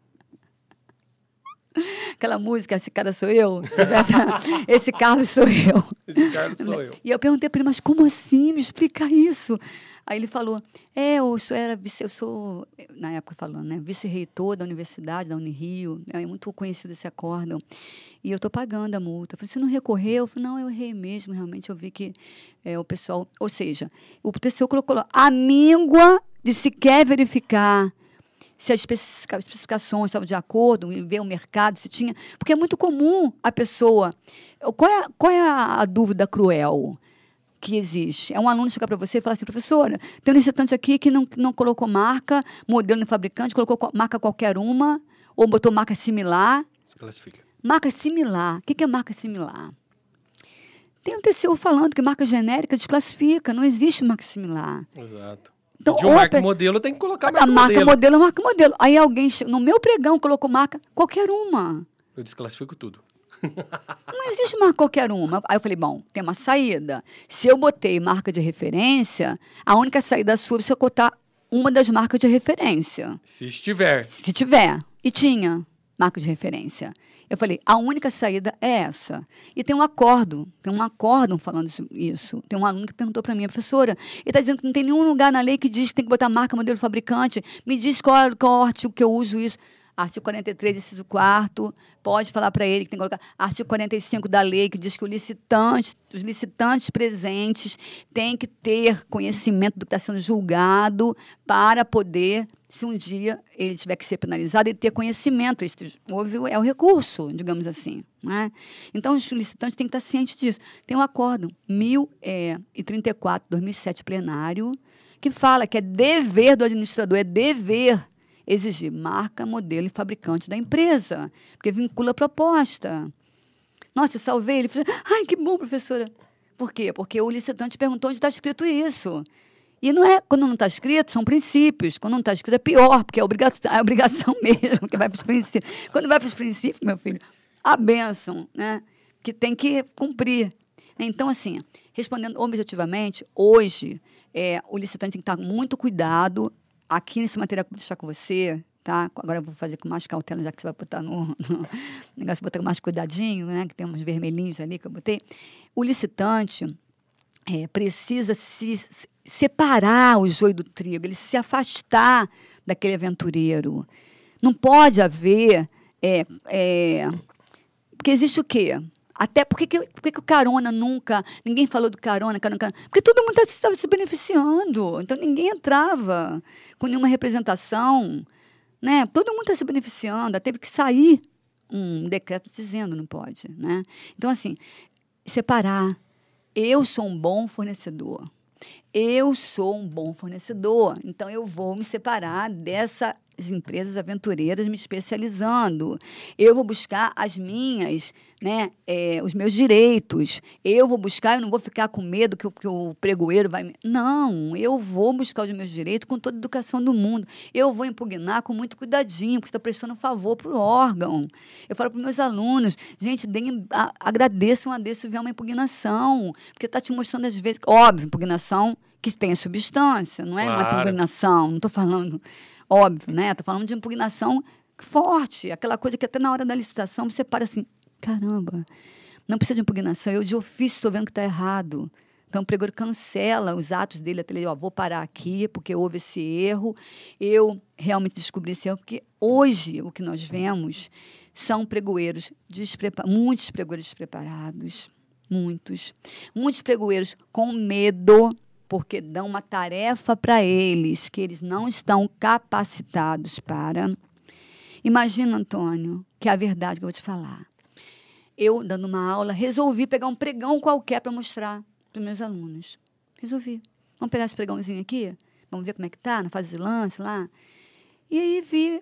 Aquela música, esse cara sou eu? Esse Carlos sou eu.
Esse Carlos sou eu.
E eu perguntei para ele, mas como assim? Me explica isso. Aí ele falou, eu sou, na época falando, né, vice-reitor da universidade, da Unirio, é muito conhecido esse acórdão, e eu estou pagando a multa. Eu falei, você não recorreu? Eu falei, não, eu errei mesmo, realmente eu vi que o pessoal, ou seja, o TCU colocou a míngua de sequer verificar se as especificações estavam de acordo, ver o mercado, se tinha, porque é muito comum a pessoa, qual é a dúvida cruel que existe? É um aluno chegar para você e falar assim, professora, tem um licitante aqui que não colocou marca, modelo no fabricante, colocou marca qualquer uma, ou botou marca similar.
Desclassifica.
Marca similar. O que é marca similar? Tem um TCU falando que marca genérica desclassifica, não existe marca similar.
Exato.
Então,
de marca modelo, tem que colocar
a marca modelo é marca modelo. Aí alguém, no meu pregão, colocou marca qualquer uma.
Eu desclassifico tudo.
Não existe marca qualquer uma. Aí eu falei, bom, tem uma saída. Se eu botei marca de referência, a única saída sua é você cotar uma das marcas de referência.
Se estiver.
Se tiver. E tinha marca de referência. Eu falei, a única saída é essa. E tem um acórdão falando isso. Tem um aluno que perguntou para mim, professora, ele está dizendo que não tem nenhum lugar na lei que diz que tem que botar marca, modelo, fabricante. Me diz qual é o artigo que eu uso isso. Artigo 43, inciso 4º, pode falar para ele que tem que colocar. Artigo 45 da lei, que diz que os licitantes presentes têm que ter conhecimento do que está sendo julgado para poder, se um dia ele tiver que ser penalizado, ele ter conhecimento. Houve o recurso, digamos assim. Né? Então, os licitantes têm que estar cientes disso. Tem um acórdão 1034, 2007, plenário, que fala que é dever do administrador, é dever exigir marca, modelo e fabricante da empresa, porque vincula a proposta. Nossa, eu salvei ele. Falei, ai, que bom, professora. Por quê? Porque o licitante perguntou onde está escrito isso. E não é, quando não está escrito, são princípios. Quando não está escrito, é pior, porque é obrigação mesmo, que vai para os princípios. Quando vai para os princípios, meu filho, a bênção, né? Que tem que cumprir. Então, assim, respondendo objetivamente, hoje, o licitante tem que estar muito cuidado. Aqui nesse material que eu vou deixar com você, tá? Agora eu vou fazer com mais cautela, já que você vai botar no negócio, botar com mais cuidadinho, né? Que tem uns vermelhinhos ali que eu botei. O licitante precisa se separar o joio do trigo, ele se afastar daquele aventureiro. Não pode haver... porque existe o quê? Até por que o carona nunca... Ninguém falou do carona. Porque todo mundo estava se beneficiando. Então, ninguém entrava com nenhuma representação. Né? Todo mundo está se beneficiando. Teve que sair um decreto dizendo não pode. Né? Então, assim, separar. Eu sou um bom fornecedor. Então, eu vou me separar dessas empresas aventureiras me especializando. Eu vou buscar as minhas, né, os meus direitos. Eu não vou ficar com medo que o pregoeiro vai... Não, eu vou buscar os meus direitos com toda a educação do mundo. Eu vou impugnar com muito cuidadinho, porque estou prestando um favor para o órgão. Eu falo para os meus alunos, gente, agradeçam a Deus se vier uma impugnação, porque está te mostrando às vezes... Óbvio, impugnação que tenha substância, não é uma impugnação, não estou falando... Óbvio, né? Estou falando de impugnação forte, aquela coisa que até na hora da licitação você para assim, caramba, não precisa de impugnação, eu de ofício estou vendo que está errado. Então o pregoeiro cancela os atos dele, até ele, vou parar aqui porque houve esse erro, eu realmente descobri esse erro, porque hoje o que nós vemos são pregoeiros muitos pregoeiros despreparados, muitos pregoeiros com medo, porque dão uma tarefa para eles que eles não estão capacitados para. Imagina, Antônio, que é a verdade que eu vou te falar. Eu, dando uma aula, resolvi pegar um pregão qualquer para mostrar para os meus alunos. Resolvi. Vamos pegar esse pregãozinho aqui? Vamos ver como é que está, na fase de lance lá? E aí vi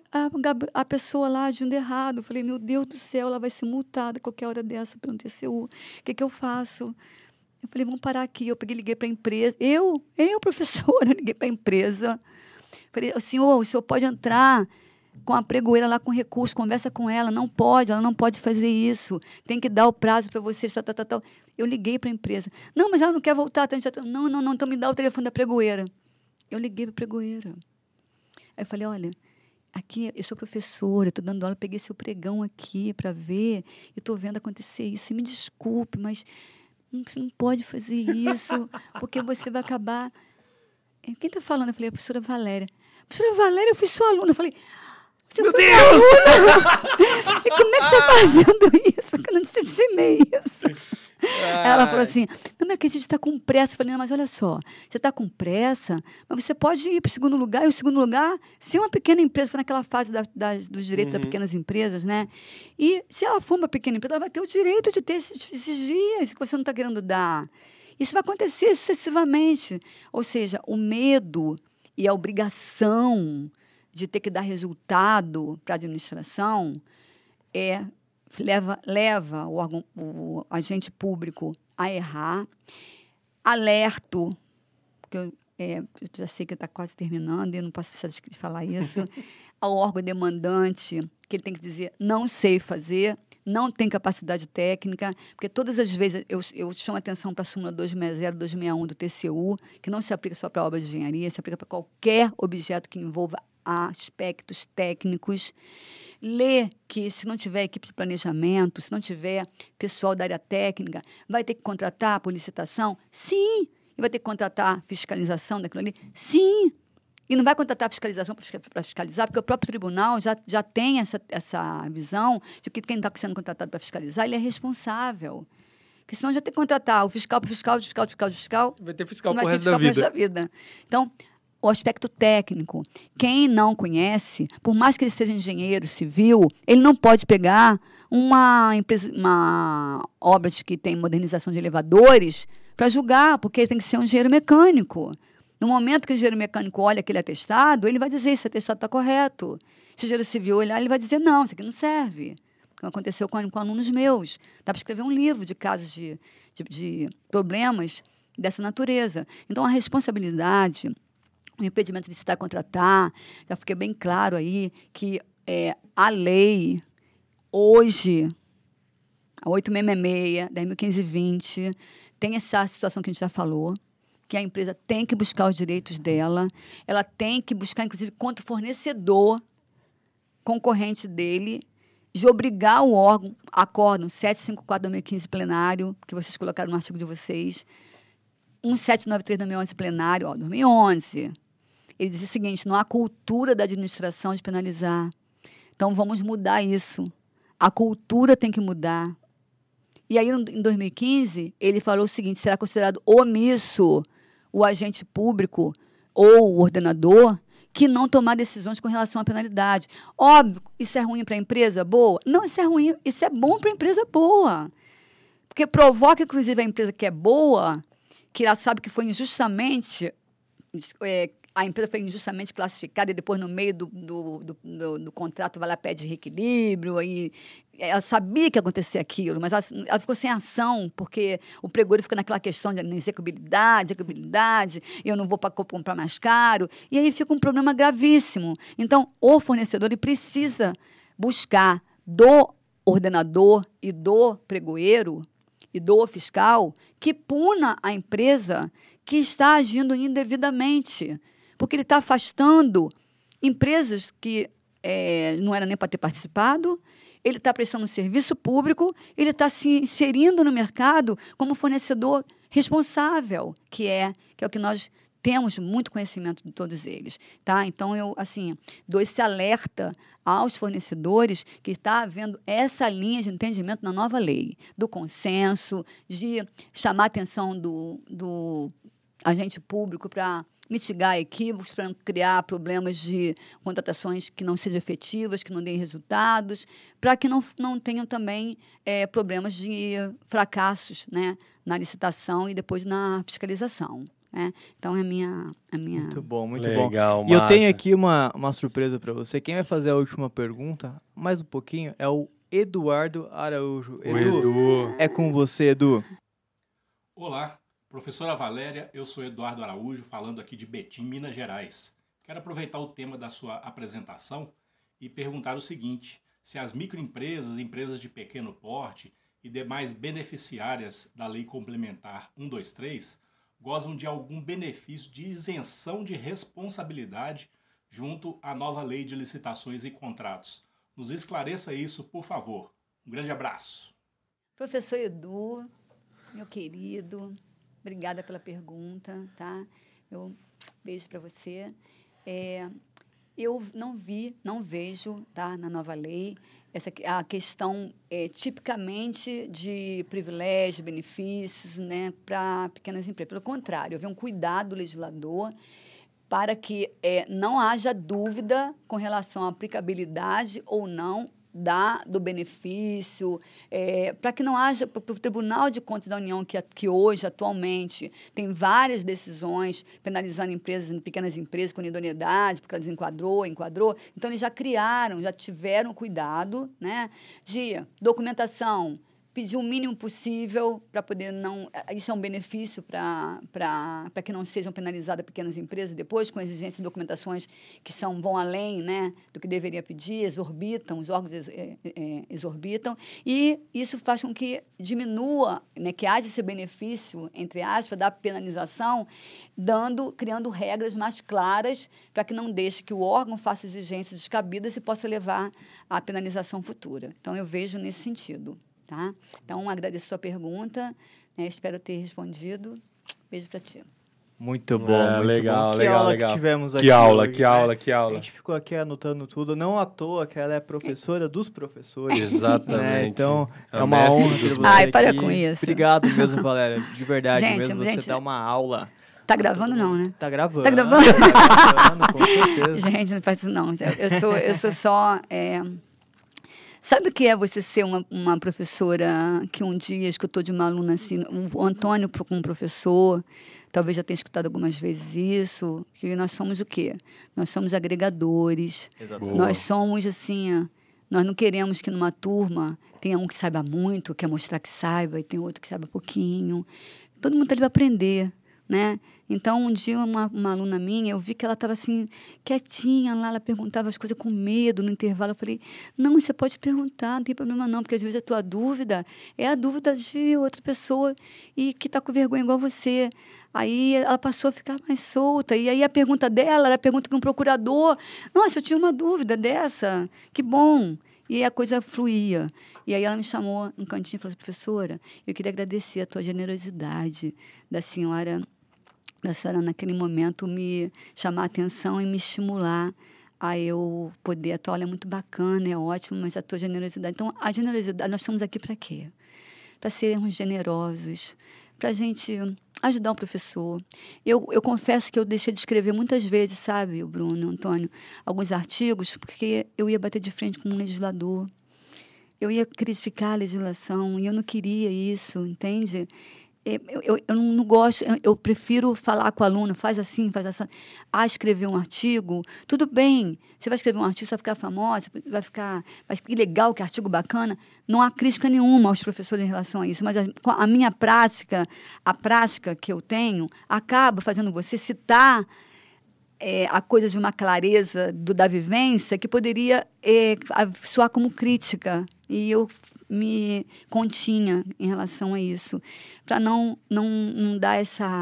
a pessoa lá agindo errado. Eu falei, meu Deus do céu, ela vai ser multada qualquer hora dessa pelo TCU. O que eu faço? Eu falei, vamos parar aqui. Eu liguei para a empresa. Eu, professora, liguei para a empresa. Falei, o senhor pode entrar com a pregoeira lá com recurso, conversa com ela. Ela não pode fazer isso. Tem que dar o prazo para vocês, tal. Eu liguei para a empresa. Não, mas ela não quer voltar. Não, então me dá o telefone da pregoeira. Eu liguei para a pregoeira. Aí eu falei, olha, aqui eu sou professora, estou dando aula, peguei seu pregão aqui para ver e estou vendo acontecer isso. E me desculpe, mas... Você não pode fazer isso, porque você vai acabar... Quem está falando? Eu falei, a professora Valéria. Professora Valéria, eu fui sua aluna. Eu falei,
meu Deus!
E como é que você está fazendo isso? Que eu não te ensinei isso. Ela falou assim, não, mas que a gente está com pressa. Eu falei, não, mas olha só, você está com pressa, mas você pode ir para o segundo lugar, e o segundo lugar, se uma pequena empresa, foi naquela fase dos direitos das pequenas empresas, né? E se ela for uma pequena empresa, ela vai ter o direito de ter esses dias que você não está querendo dar. Isso vai acontecer sucessivamente. Ou seja, o medo e a obrigação de ter que dar resultado para a administração leva o agente público a errar. Alerto, porque eu já sei que está quase terminando, e eu não posso deixar de falar isso, ao órgão demandante, que ele tem que dizer, não sei fazer, não tem capacidade técnica, porque todas as vezes eu chamo a atenção para a súmula 260, 261 do TCU, que não se aplica só para obras de engenharia, se aplica para qualquer objeto que envolva aspectos técnicos. Lê que, se não tiver equipe de planejamento, se não tiver pessoal da área técnica, vai ter que contratar por licitação? Sim. E vai ter que contratar fiscalização daquilo ali? Sim. E não vai contratar fiscalização para fiscalizar, porque o próprio tribunal já tem essa visão de que quem está sendo contratado para fiscalizar, ele é responsável. Porque senão já tem que contratar o fiscal para fiscal.
Vai ter fiscal para o resto da vida.
Então, o aspecto técnico. Quem não conhece, por mais que ele seja engenheiro civil, ele não pode pegar uma obra que tem modernização de elevadores para julgar, porque tem que ser um engenheiro mecânico. No momento que o engenheiro mecânico olha aquele atestado, ele vai dizer, esse atestado está correto. Se o engenheiro civil olhar, ele vai dizer, não, isso aqui não serve. Como aconteceu com alunos meus. Dá para escrever um livro de casos de problemas dessa natureza. Então, a responsabilidade... O impedimento de citar contratar, já fiquei bem claro aí que a lei, hoje, a 8666, 10.520, tem essa situação que a gente já falou, que a empresa tem que buscar os direitos dela, ela tem que buscar, inclusive, quanto fornecedor concorrente dele, de obrigar o órgão, acórdão 754/2015 plenário, que vocês colocaram no artigo de vocês, 1793/2011 plenário, 2011. Ele diz o seguinte: não há cultura da administração de penalizar. Então, vamos mudar isso. A cultura tem que mudar. E aí, em 2015, ele falou o seguinte: será considerado omisso o agente público ou o ordenador que não tomar decisões com relação à penalidade. Óbvio, isso é ruim para a empresa boa? Não, isso é ruim, isso é bom para a empresa boa. Porque provoca, inclusive, a empresa que é boa, que ela sabe que foi injustamente, a empresa foi injustamente classificada e depois, no meio do contrato, vai lá pede reequilíbrio. E ela sabia que ia acontecer aquilo, mas ela ficou sem ação, porque o pregoeiro fica naquela questão de execuibilidade, eu não vou comprar mais caro, e aí fica um problema gravíssimo. Então, o fornecedor ele precisa buscar do ordenador e do pregoeiro e do fiscal que puna a empresa que está agindo indevidamente, porque ele está afastando empresas que não era nem para ter participado, ele está prestando um serviço público, ele está se inserindo no mercado como fornecedor responsável, que é o que nós temos muito conhecimento de todos eles. Tá? Então, eu dou esse alerta aos fornecedores que está havendo essa linha de entendimento na nova lei, do consenso, de chamar a atenção do agente público para mitigar equívocos, para não criar problemas de contratações que não sejam efetivas, que não deem resultados, para que não tenham também problemas de fracassos, né, na licitação e depois na fiscalização. Então, é a minha...
Muito bom, muito
Legal,
bom. E eu
massa.
tenho aqui uma surpresa para você. Quem vai fazer a última pergunta, mais um pouquinho, é o Eduardo Araújo.
Edu.
É com você, Edu.
Olá, professora Valéria, eu sou Eduardo Araújo, falando aqui de Betim, Minas Gerais. Quero aproveitar o tema da sua apresentação e perguntar o seguinte: se as microempresas, empresas de pequeno porte e demais beneficiárias da Lei Complementar 123 gozam de algum benefício de isenção de responsabilidade junto à nova Lei de Licitações e Contratos. Nos esclareça isso, por favor. Um grande abraço.
Professor Edu, meu querido, obrigada pela pergunta, tá? Meu beijo para você. Eu não vejo, tá, na nova lei a questão tipicamente de privilégios, benefícios, né, para pequenas empresas. Pelo contrário, houve um cuidado do legislador para que não haja dúvida com relação à aplicabilidade ou não do benefício, para que não haja, para o Tribunal de Contas da União, que hoje, atualmente, tem várias decisões penalizando empresas, pequenas empresas com idoneidade, porque elas enquadrou, então eles já tiveram cuidado, né, de documentação, pedir o mínimo possível para poder não... Isso é um benefício para que não sejam penalizadas pequenas empresas depois, com exigências de documentações que vão além, né, do que deveria pedir, exorbitam, os órgãos exorbitam, e isso faz com que diminua, né, que haja esse benefício, entre aspas, da penalização, criando regras mais claras para que não deixe que o órgão faça exigências descabidas e possa levar à penalização futura. Então, eu vejo nesse sentido. Tá? Então, agradeço a sua pergunta, né? Espero ter respondido. Beijo para ti.
Muito bom, muito
legal,
bom. Que
legal,
aula
legal.
que tivemos aqui
Que aula,
hoje,
que aula,
né?
que aula.
A gente ficou aqui anotando tudo, não à toa que ela é professora dos professores.
Exatamente.
Né? Então,
A
é uma
mestre
honra
dos
ter você
Ai,
aqui.
para com isso.
Obrigado mesmo, Valéria, de verdade
Gente,
mesmo, você
gente,
dá uma aula.
Tá gravando não, né?
Tá gravando.
Tá gravando?
Tá gravando, com certeza.
Gente, não faz isso não. Eu sou só... Sabe o que é você ser uma professora que um dia escutou de uma aluna assim, o Antônio como professor, talvez já tenha escutado algumas vezes isso, que nós somos o quê? Nós somos agregadores.
Exatamente.
Nós somos assim, nós não queremos que numa turma tenha um que saiba muito, quer mostrar que saiba, e tem outro que saiba pouquinho. Todo mundo está ali para aprender. né? Então, um dia, uma aluna minha, eu vi que ela estava assim, quietinha lá, ela perguntava as coisas com medo no intervalo. Eu falei, não, você pode perguntar, não tem problema não, porque às vezes a tua dúvida é a dúvida de outra pessoa e que está com vergonha igual você. Aí ela passou a ficar mais solta. E aí a pergunta dela era a pergunta que um procurador... Nossa, eu tinha uma dúvida dessa, que bom. E aí a coisa fluía. E aí ela me chamou no cantinho e falou, professora, eu queria agradecer a tua generosidade da senhora naquele momento me chamar a atenção e me estimular a eu poder, a tua aula é muito bacana, é ótimo, mas a tua generosidade... Então, a generosidade, nós estamos aqui para quê? Para sermos generosos, para a gente ajudar o professor. Eu confesso que eu deixei de escrever muitas vezes, sabe, o Bruno, Antônio, alguns artigos, porque eu ia bater de frente com um legislador, eu ia criticar a legislação, e eu não queria isso, entende? Eu não gosto, eu prefiro falar com o aluno, faz assim, faz assim. Escrever um artigo, tudo bem, você vai escrever um artigo, você vai ficar famosa, mas que legal, que artigo bacana. Não há crítica nenhuma aos professores em relação a isso, mas a minha prática, a prática que eu tenho, acaba fazendo você citar a coisa de uma clareza da vivência que poderia soar como crítica. E eu me continha em relação a isso, para não dar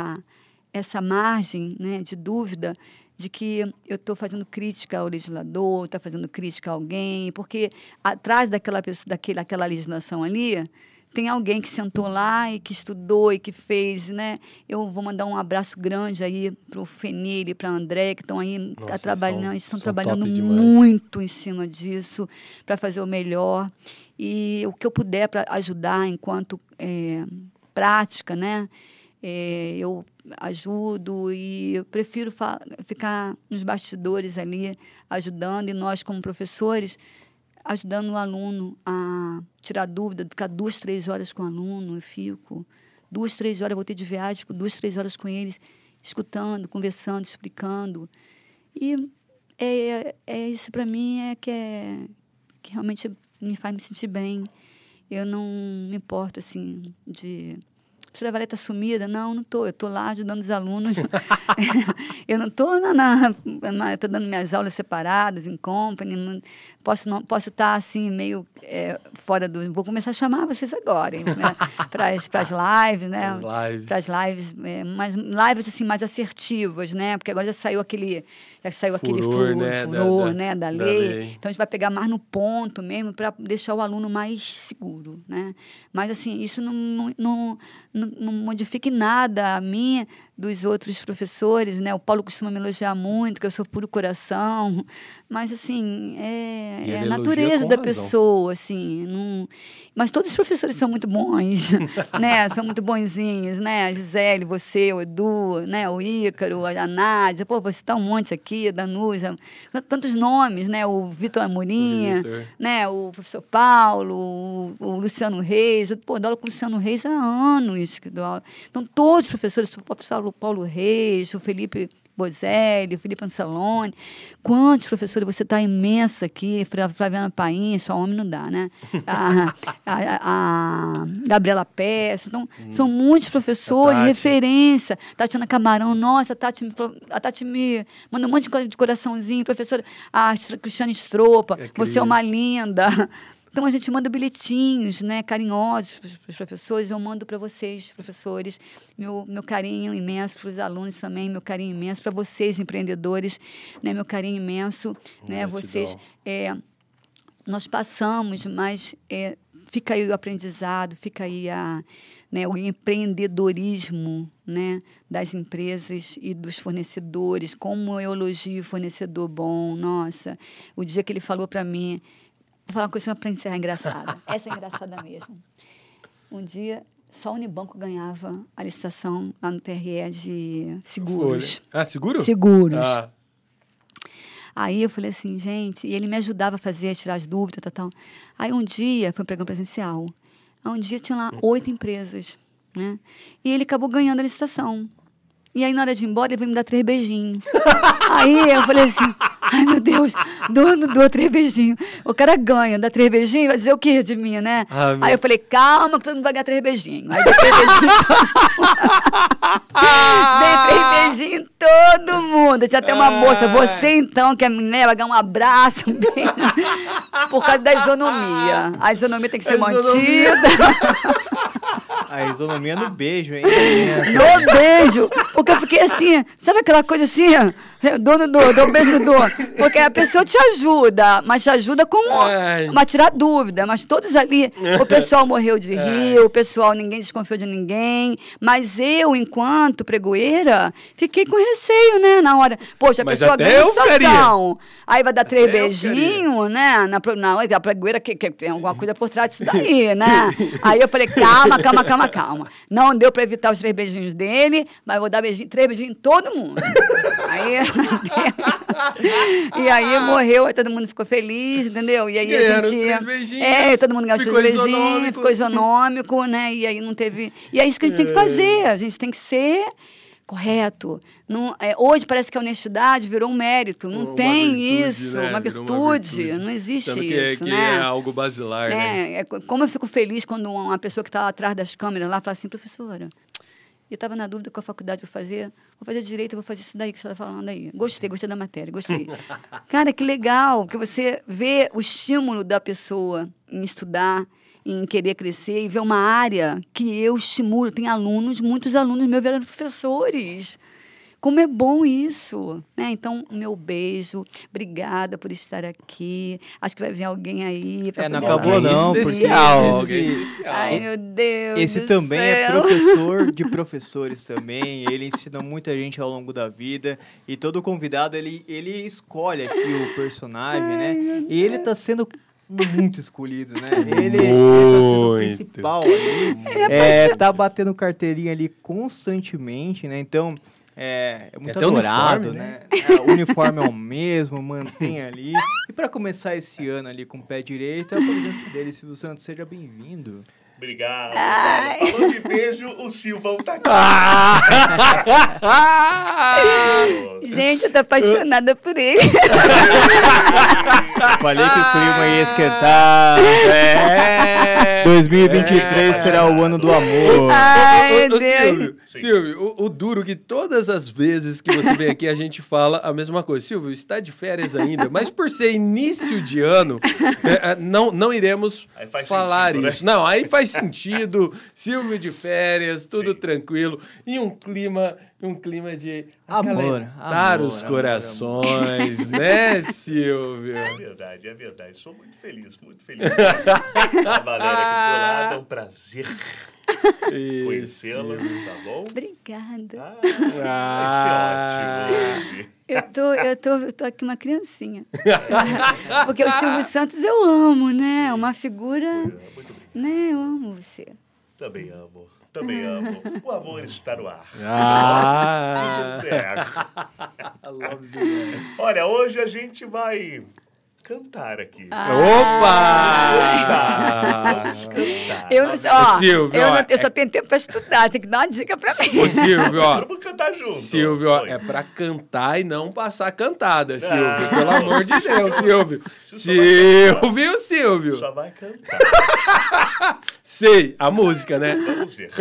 essa margem, né, de dúvida de que eu estou fazendo crítica ao legislador, estou fazendo crítica a alguém, porque atrás daquela legislação ali tem alguém que sentou lá e que estudou e que fez, né? Eu vou mandar um abraço grande aí para o Fenil e para a André, que estão aí trabalhando, estão trabalhando muito em cima disso para fazer o melhor. E o que eu puder para ajudar enquanto prática, né? Eu ajudo e eu prefiro ficar nos bastidores ali ajudando, e nós, como professores, ajudando o aluno a tirar dúvida, ficar 2, 3 horas com o aluno. Eu fico 2, 3 horas, eu voltei de viagem, fico 2, 3 horas com eles, escutando, conversando, explicando. E isso para mim que realmente me faz me sentir bem. Eu não me importo assim de... A professora Valéria está sumida? Não estou. Eu estou lá ajudando os alunos. Eu não estou estou dando minhas aulas separadas, em company. Posso estar assim, meio fora do... Vou começar a chamar vocês agora, né? Para as lives, né? Para as lives, mas lives assim, mais assertivas, né? Porque agora já saiu aquele furor, né? Da lei. Então, a gente vai pegar mais no ponto mesmo para deixar o aluno mais seguro, né? Mas, assim, isso não modifique nada a minha, dos outros professores, né? O Paulo costuma me elogiar muito, que eu sou puro coração, mas, assim, é a natureza da pessoa, assim, não... Mas todos os professores são muito bons, né? São muito bonzinhos, né? A Gisele, você, o Edu, né? O Ícaro, a Nádia, vou citar um monte aqui, a Danusa, tantos nomes, né? O Vitor Amorim, né? O professor Paulo, o Luciano Reis, dou aula com o Luciano Reis há anos que dou aula. Então, todos os professores, o professor Paulo Reis, o Felipe Bozelli, o Felipe Ancelone, quantos professores, você está imensa aqui, Flaviana Paim, só homem não dá, né? A Gabriela Peça, então, são muitos professores, referência, Tatiana Camarão, nossa, a Tati me manda um monte de coraçãozinho, professora, a Cristiane Stropa, você é uma linda. Então, a gente manda bilhetinhos, né, carinhosos para os professores. Eu mando para vocês, professores, meu carinho imenso para os alunos também, meu carinho imenso para vocês, empreendedores, né, meu carinho imenso. Né, vocês, nós passamos, mas fica aí o aprendizado, fica aí o empreendedorismo, né, das empresas e dos fornecedores. Como eu elogio o fornecedor bom. Nossa, o dia que ele falou para mim... Vou falar uma coisa para encerrar engraçada. Essa é engraçada mesmo. Um dia, só o Unibanco ganhava a licitação lá no TRE de seguros.
Seguro?
Seguros. Aí eu falei assim, gente... E ele me ajudava a tirar as dúvidas, tal. Aí um dia, foi um pregão presencial. Aí um dia tinha lá 8 empresas, né? E ele acabou ganhando a licitação. E aí, na hora de ir embora, ele veio me dar 3 beijinhos. Aí eu falei assim, ai, meu Deus, dou 3 beijinhos. O cara ganha, dá 3 beijinhos, vai dizer o quê de mim, né? Aí eu falei, calma, que todo mundo vai ganhar 3 beijinhos. Aí dei 3 beijinhos dei 3 beijinhos em todo mundo. Tinha até uma moça, você então, que é mulher, vai ganhar um abraço, um beijo. Por causa da isonomia. A isonomia tem que ser mantida.
A isonomia no beijo, hein?
No beijo. Porque eu fiquei assim, sabe aquela coisa assim? Dou beijo no dor. Porque a pessoa te ajuda, mas te ajuda com uma tirar dúvida. Mas todos ali, o pessoal morreu de rir, o pessoal, ninguém desconfiou de ninguém. Mas eu, enquanto pregoeira, fiquei com receio, né? Na hora. Poxa, a pessoa ganha situação. Aí vai dar 3 beijinhos, né? A pregoeira que tem alguma coisa por trás disso daí, né? Aí eu falei, calma. Não deu pra evitar os 3 beijinhos dele, mas vou dar 3 beijinhos em todo mundo. Aí, e aí morreu, aí todo mundo ficou feliz, entendeu? E aí a gente. Todo mundo ganhou os 3 beijinhos, ficou isonômico, né? E aí não teve. E é isso que a gente tem que fazer. A gente tem que ser correto. Não, hoje parece que a honestidade virou um mérito. Não tem virtude, isso, né? Uma virtude. Não existe isso, né?
É algo basilar, né?
Como eu fico feliz quando uma pessoa que está atrás das câmeras lá fala assim, professora, eu estava na dúvida com a faculdade para fazer, vou fazer direito, vou fazer isso daí que você está falando aí. Gostei da matéria, gostei. Cara, que legal, que você vê o estímulo da pessoa em estudar, em querer crescer e ver uma área que eu estimulo. Tem muitos alunos meus viraram professores. Como é bom isso, né? Então, o meu beijo, obrigada por estar aqui. Acho que vai vir alguém aí para
não acabou não,
especial.
Ai, meu Deus.
Esse também é professor de professores também. Ele ensina muita gente ao longo da vida e todo convidado ele escolhe aqui o personagem, né? E ele está sendo muito escolhido, né? Ele tá sendo o principal ali. Tá batendo carteirinha ali constantemente, né? Então é muito adorado,
uniforme,
né? O uniforme é o mesmo, mantém ali. E para começar esse ano ali com o pé direito, a presença dele, Silvio Santos, seja bem-vindo.
Obrigado. Falando de beijo, o Silvão tá aqui.
Gente, eu tô apaixonada por ele.
Falei que o clima ia esquentar. 2023 será o ano do amor.
Ai, Deus.
Silvio, o duro que todas as vezes que você vem aqui a gente fala a mesma coisa. Silvio, está de férias ainda, mas por ser início de ano, não iremos falar sentido, isso. Né? Não, aí faz sentido. Silvio de férias, tudo tranquilo. E um clima de acalentar os corações, né, Silvio?
É verdade. Sou muito feliz. A Valéria aqui do meu lado, é um prazer conhecê-la, tá bom?
Obrigada.
Vai ser ótimo hoje.
Eu tô aqui uma criancinha. Porque o Silvio Santos eu amo, né? Uma figura, né? Eu amo você.
Também amo. O amor está no ar. Olha, hoje a gente vai cantar aqui.
Opa!
Vamos cantar.
Silvio,
eu só tenho tempo para estudar, tem que dar uma dica para mim.
Ô, Silvio,
vamos cantar junto.
Silvio, é para cantar e não passar cantada, Silvio. Pelo amor de Deus, Silvio. Silvio.
Só vai cantar.
Sei, a música, né?
Vamos ver.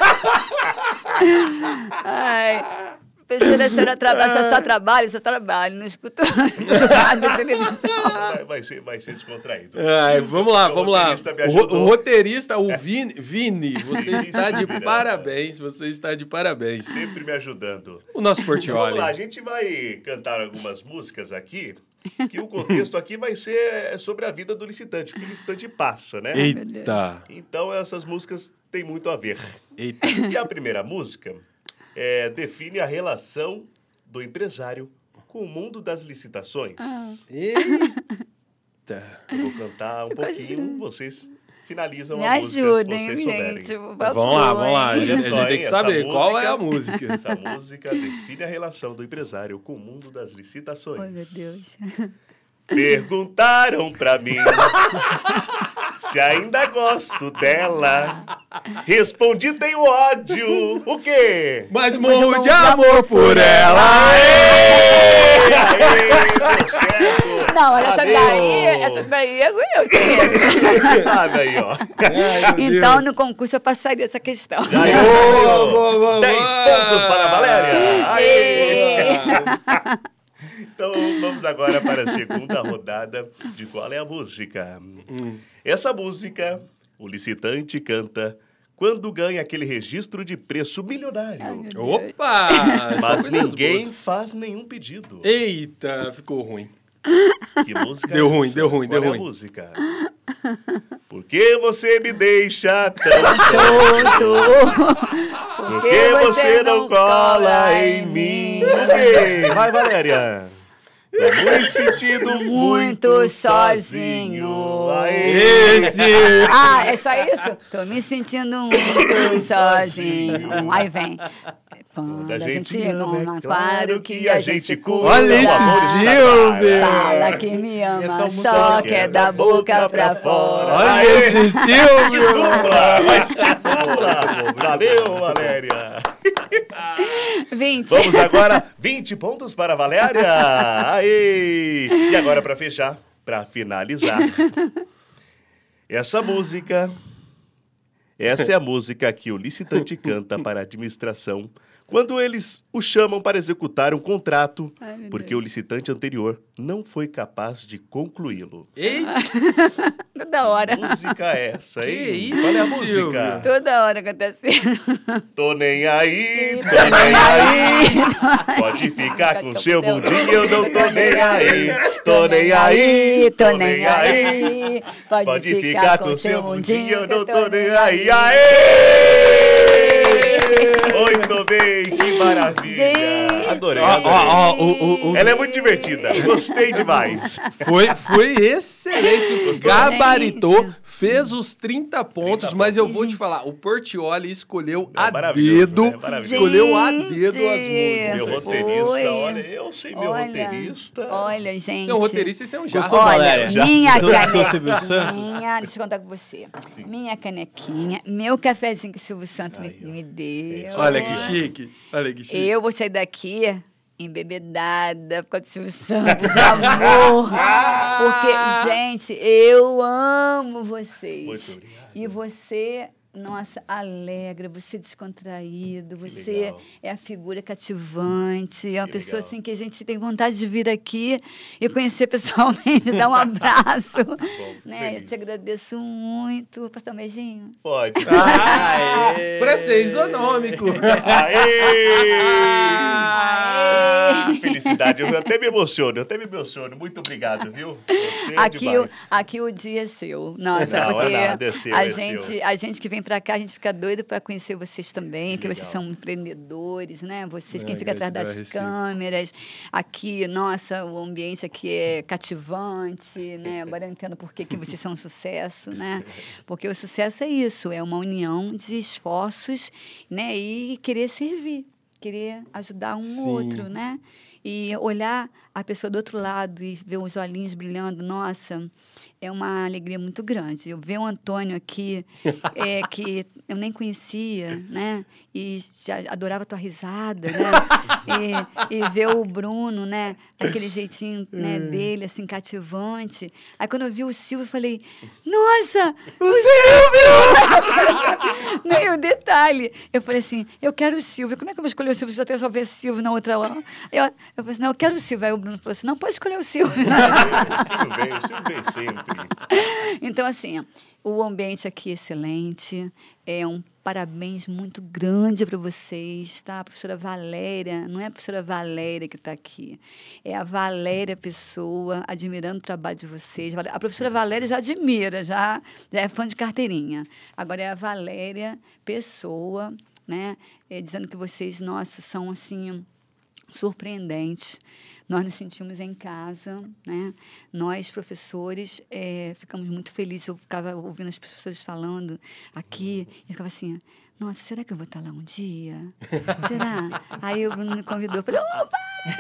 Ai... Professora, a senhora só trabalha, não escuto nada, televisão.
Vai ser descontraído.
Vamos lá. O roteirista, o Vini, você está de parabéns.
Sempre me ajudando.
O nosso Portioli.
Vamos lá, a gente vai cantar algumas músicas aqui, que o contexto aqui vai ser sobre a vida do licitante, que o licitante passa, né?
Eita!
Então essas músicas têm muito a ver.
Eita!
E a primeira música... define a relação do empresário com o mundo das licitações.
Eita!
Eu vou cantar um pouquinho, vocês finalizam
Me
a música
ajudem,
se vocês souberem.
gente.
Vamos lá. A gente
só,
tem que saber qual é a música.
Essa música define a relação do empresário com o mundo das licitações.
Ai, meu Deus.
Perguntaram pra mim se ainda gosto dela. Respondi, tenho ódio. O quê?
Mas morro de amor por ela.
Aê, deu certo.
Não, essa
Valeu.
daí eu conheço.
Você sabe aí, ó.
Ai, meu
Então,
Deus.
no concurso, eu passaria essa questão.
Ganhou.
Boa.
10 pontos para a Valéria. Aê.
Ê.
Então, vamos agora para a segunda rodada de Qual é a Música. Essa música, o licitante canta quando ganha aquele registro de preço milionário.
Opa! Só
Mas
coisas
ninguém
boas.
faz nenhum pedido.
Eita, ficou ruim.
Que música
Deu
é
ruim,
essa?
deu ruim,
Qual
deu
é
ruim.
a música? Por que você me deixa tão só?
Solto.
Por que você não cola em mim? O quê? Vai, Valéria. Tô me sentindo muito sozinho. Aê.
Esse!
Ah, é só isso? Tô me sentindo muito sozinho. Aí vem. Quando a gente ama, claro que a gente cuida.
Olha esse Silvio!
Fala que me
Essa
ama,
música
só
aqui
que
é
é da boca pra fora.
Olha
Aê.
esse
Que
Silvio!
dupla! Mas que dupla! Valeu, Valéria!
20.
Vamos agora, 20 pontos para a Valéria! Aê! E agora, para fechar, para finalizar, essa é a música que o licitante canta para a administração quando eles o chamam para executar um contrato,
Ai, meu
porque
Deus.
o licitante anterior não foi capaz de concluí-lo.
Eita!
Toda hora.
Música é essa,
Que
hein?
isso,
Qual é a
Silvio?
música?
Toda hora acontecendo.
Tô nem aí, tô nem aí. Pode ficar com seu mundinho, eu não tô nem aí. Tô nem aí, tô nem aí. Pode ficar com seu mundinho, eu não tô nem aí. Aê! Muito bem, que maravilha.
Gente!
Adorei,
Ó,
adorei. Ela é muito divertida, gostei demais.
Foi excelente.
Gostou?
Gabaritou,
Gente.
fez os 30 pontos,
30
mas eu vou te falar, o Portioli escolheu
É
a
maravilhoso,
dedo,
né? Maravilhoso.
escolheu a dedo as
Gente.
Meu
músicas.
roteirista,
Foi.
olha, eu sei meu roteirista.
Olha, gente.
Você é um roteirista e você é um
Gostou,
jato.
Olha,
Valéria?
minha
Sou Silvio Santos?
canequinha, deixa eu contar com você. Minha canequinha, meu cafezinho que o Silvio Santos me deu.
Olha que chique, olha que chique.
Eu vou sair daqui embebedada por causa do Silvio Santos, de amor. Porque, gente, eu amo vocês.
Muito obrigado.
E você, nossa, alegra, você é descontraído, você
legal.
é a figura cativante, é uma
Que
pessoa
legal.
assim que a gente tem vontade de vir aqui e conhecer pessoalmente, dar um abraço. Né? Eu
feliz.
te agradeço muito. Posso dar um beijinho?
Pode.
Aê!
Pra ser isonômico.
Aê! Felicidade, eu até me emociono, Muito obrigado, viu? Você é demais.
Aqui o dia é seu. Nossa,
Não,
porque
é nada, é seu,
a,
é
gente,
seu.
a gente que vem pra cá, a gente fica doido para conhecer vocês também, porque vocês
legal.
são empreendedores, né? Vocês,
É,
quem fica atrás
gratidão
das
recíproca.
câmeras. Aqui, nossa, o ambiente aqui é cativante, né? Agora eu entendo por que vocês são um sucesso, né? Porque o sucesso é isso, é uma união de esforços, né? E querer servir, querer ajudar um
Sim.
outro, né? E olhar a pessoa do outro lado e ver os olhinhos brilhando, nossa, é uma alegria muito grande. Eu ver o Antônio aqui, que eu nem conhecia, né? E já adorava a tua risada, né? E ver o Bruno, né? Aquele jeitinho, né, dele, assim, cativante. Aí, quando eu vi o Silvio, eu falei, nossa, o Silvio! Nem o detalhe. Eu falei assim, eu quero o Silvio. Como é que eu vou escolher o Silvio? Já tem só ver Silvio na outra lá. Eu falei assim, não, eu quero o Silvio. Aí o Bruno falou assim, não, pode escolher o Silvio.
O Silvio vem sempre.
Então, assim, o ambiente aqui é excelente. É um parabéns muito grande para vocês, tá? A professora Valéria, não é a professora Valéria que está aqui, é a Valéria pessoa, admirando o trabalho de vocês. A professora Valéria já admira, já é fã de carteirinha. Agora é a Valéria pessoa, né? Dizendo que vocês, nossa, são assim surpreendentes. Nós nos sentimos em casa, né? Nós, professores, ficamos muito felizes. Eu ficava ouvindo as pessoas falando aqui, e eu ficava assim, nossa, será que eu vou estar lá um dia? Será? Aí o Bruno me convidou, eu falei, opa!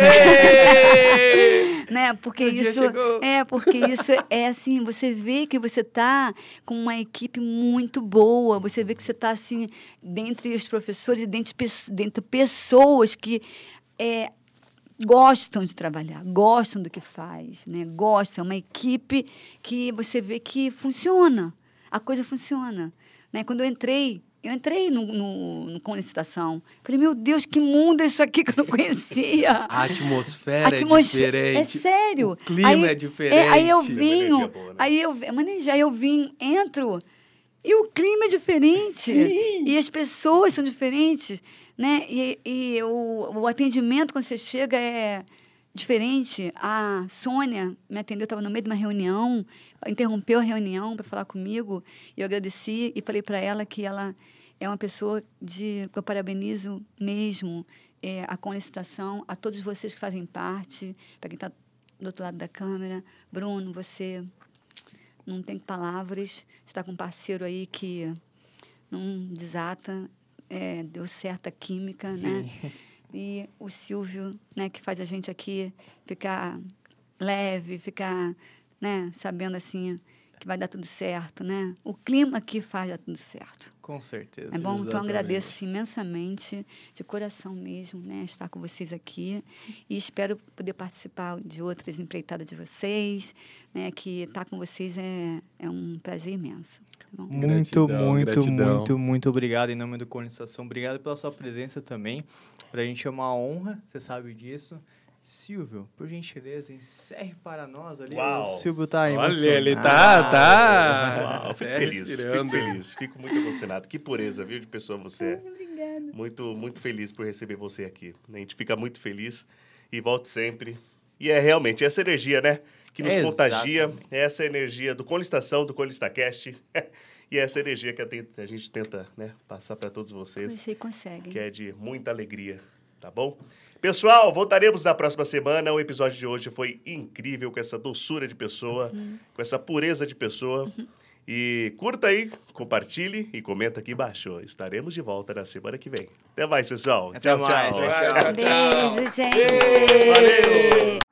Né? Porque isso é assim, você vê que você está com uma equipe muito boa, você vê que você está assim, dentre os professores e dentre pessoas que gostam de trabalhar, gostam do que faz, né? Gostam, é uma equipe que você vê que funciona, a coisa funciona, né? Quando eu entrei com licitação. Falei, meu Deus, que mundo é isso aqui que eu não conhecia?
A atmosfera é diferente.
É sério.
O clima é diferente.
Aí eu entro, e o clima é diferente.
Sim.
E as pessoas são diferentes, né? E o atendimento, quando você chega, é diferente. A Sônia me atendeu, estava no meio de uma reunião, interrompeu a reunião para falar comigo, e eu agradeci e falei para ela que ela é uma pessoa que eu parabenizo mesmo, a Conlicitação, a todos vocês que fazem parte, para quem está do outro lado da câmera. Bruno, você não tem palavras, você está com um parceiro aí que não desata, deu certa química, né? E o Silvio, né, que faz a gente aqui ficar leve, ficar, né, sabendo assim que vai dar tudo certo, né? O clima aqui faz dar tudo certo.
Com certeza.
É bom?
Exatamente.
Então, agradeço imensamente, de coração mesmo, né, estar com vocês aqui. E espero poder participar de outras empreitadas de vocês, né, que estar com vocês é um prazer imenso. Tá bom?
Muito obrigado em nome do Conlicitação. Obrigado pela sua presença também. Pra gente é uma honra, você sabe disso. Silvio, por gentileza, encerre para nós ali.
Uau.
O Silvio tá aí.
Olha, ele tá.
Uau, fico feliz, fico muito emocionado. Que pureza, viu, de pessoa você é.
Obrigada.
Muito feliz por receber você aqui. A gente fica muito feliz e volte sempre. E é realmente essa energia, né, que nos contagia. É essa energia do Conlicitação, do Conlicitacast. E essa energia que a gente tenta, né, passar para todos vocês.
Você consegue.
Que é de muita alegria, tá bom? Pessoal, voltaremos na próxima semana. O episódio de hoje foi incrível, com essa doçura de pessoa, com essa pureza de pessoa. E curta aí, compartilhe e comenta aqui embaixo. Estaremos de volta na semana que vem. Até mais, pessoal.
Até mais.
Tchau.
Beijo, gente.
Valeu.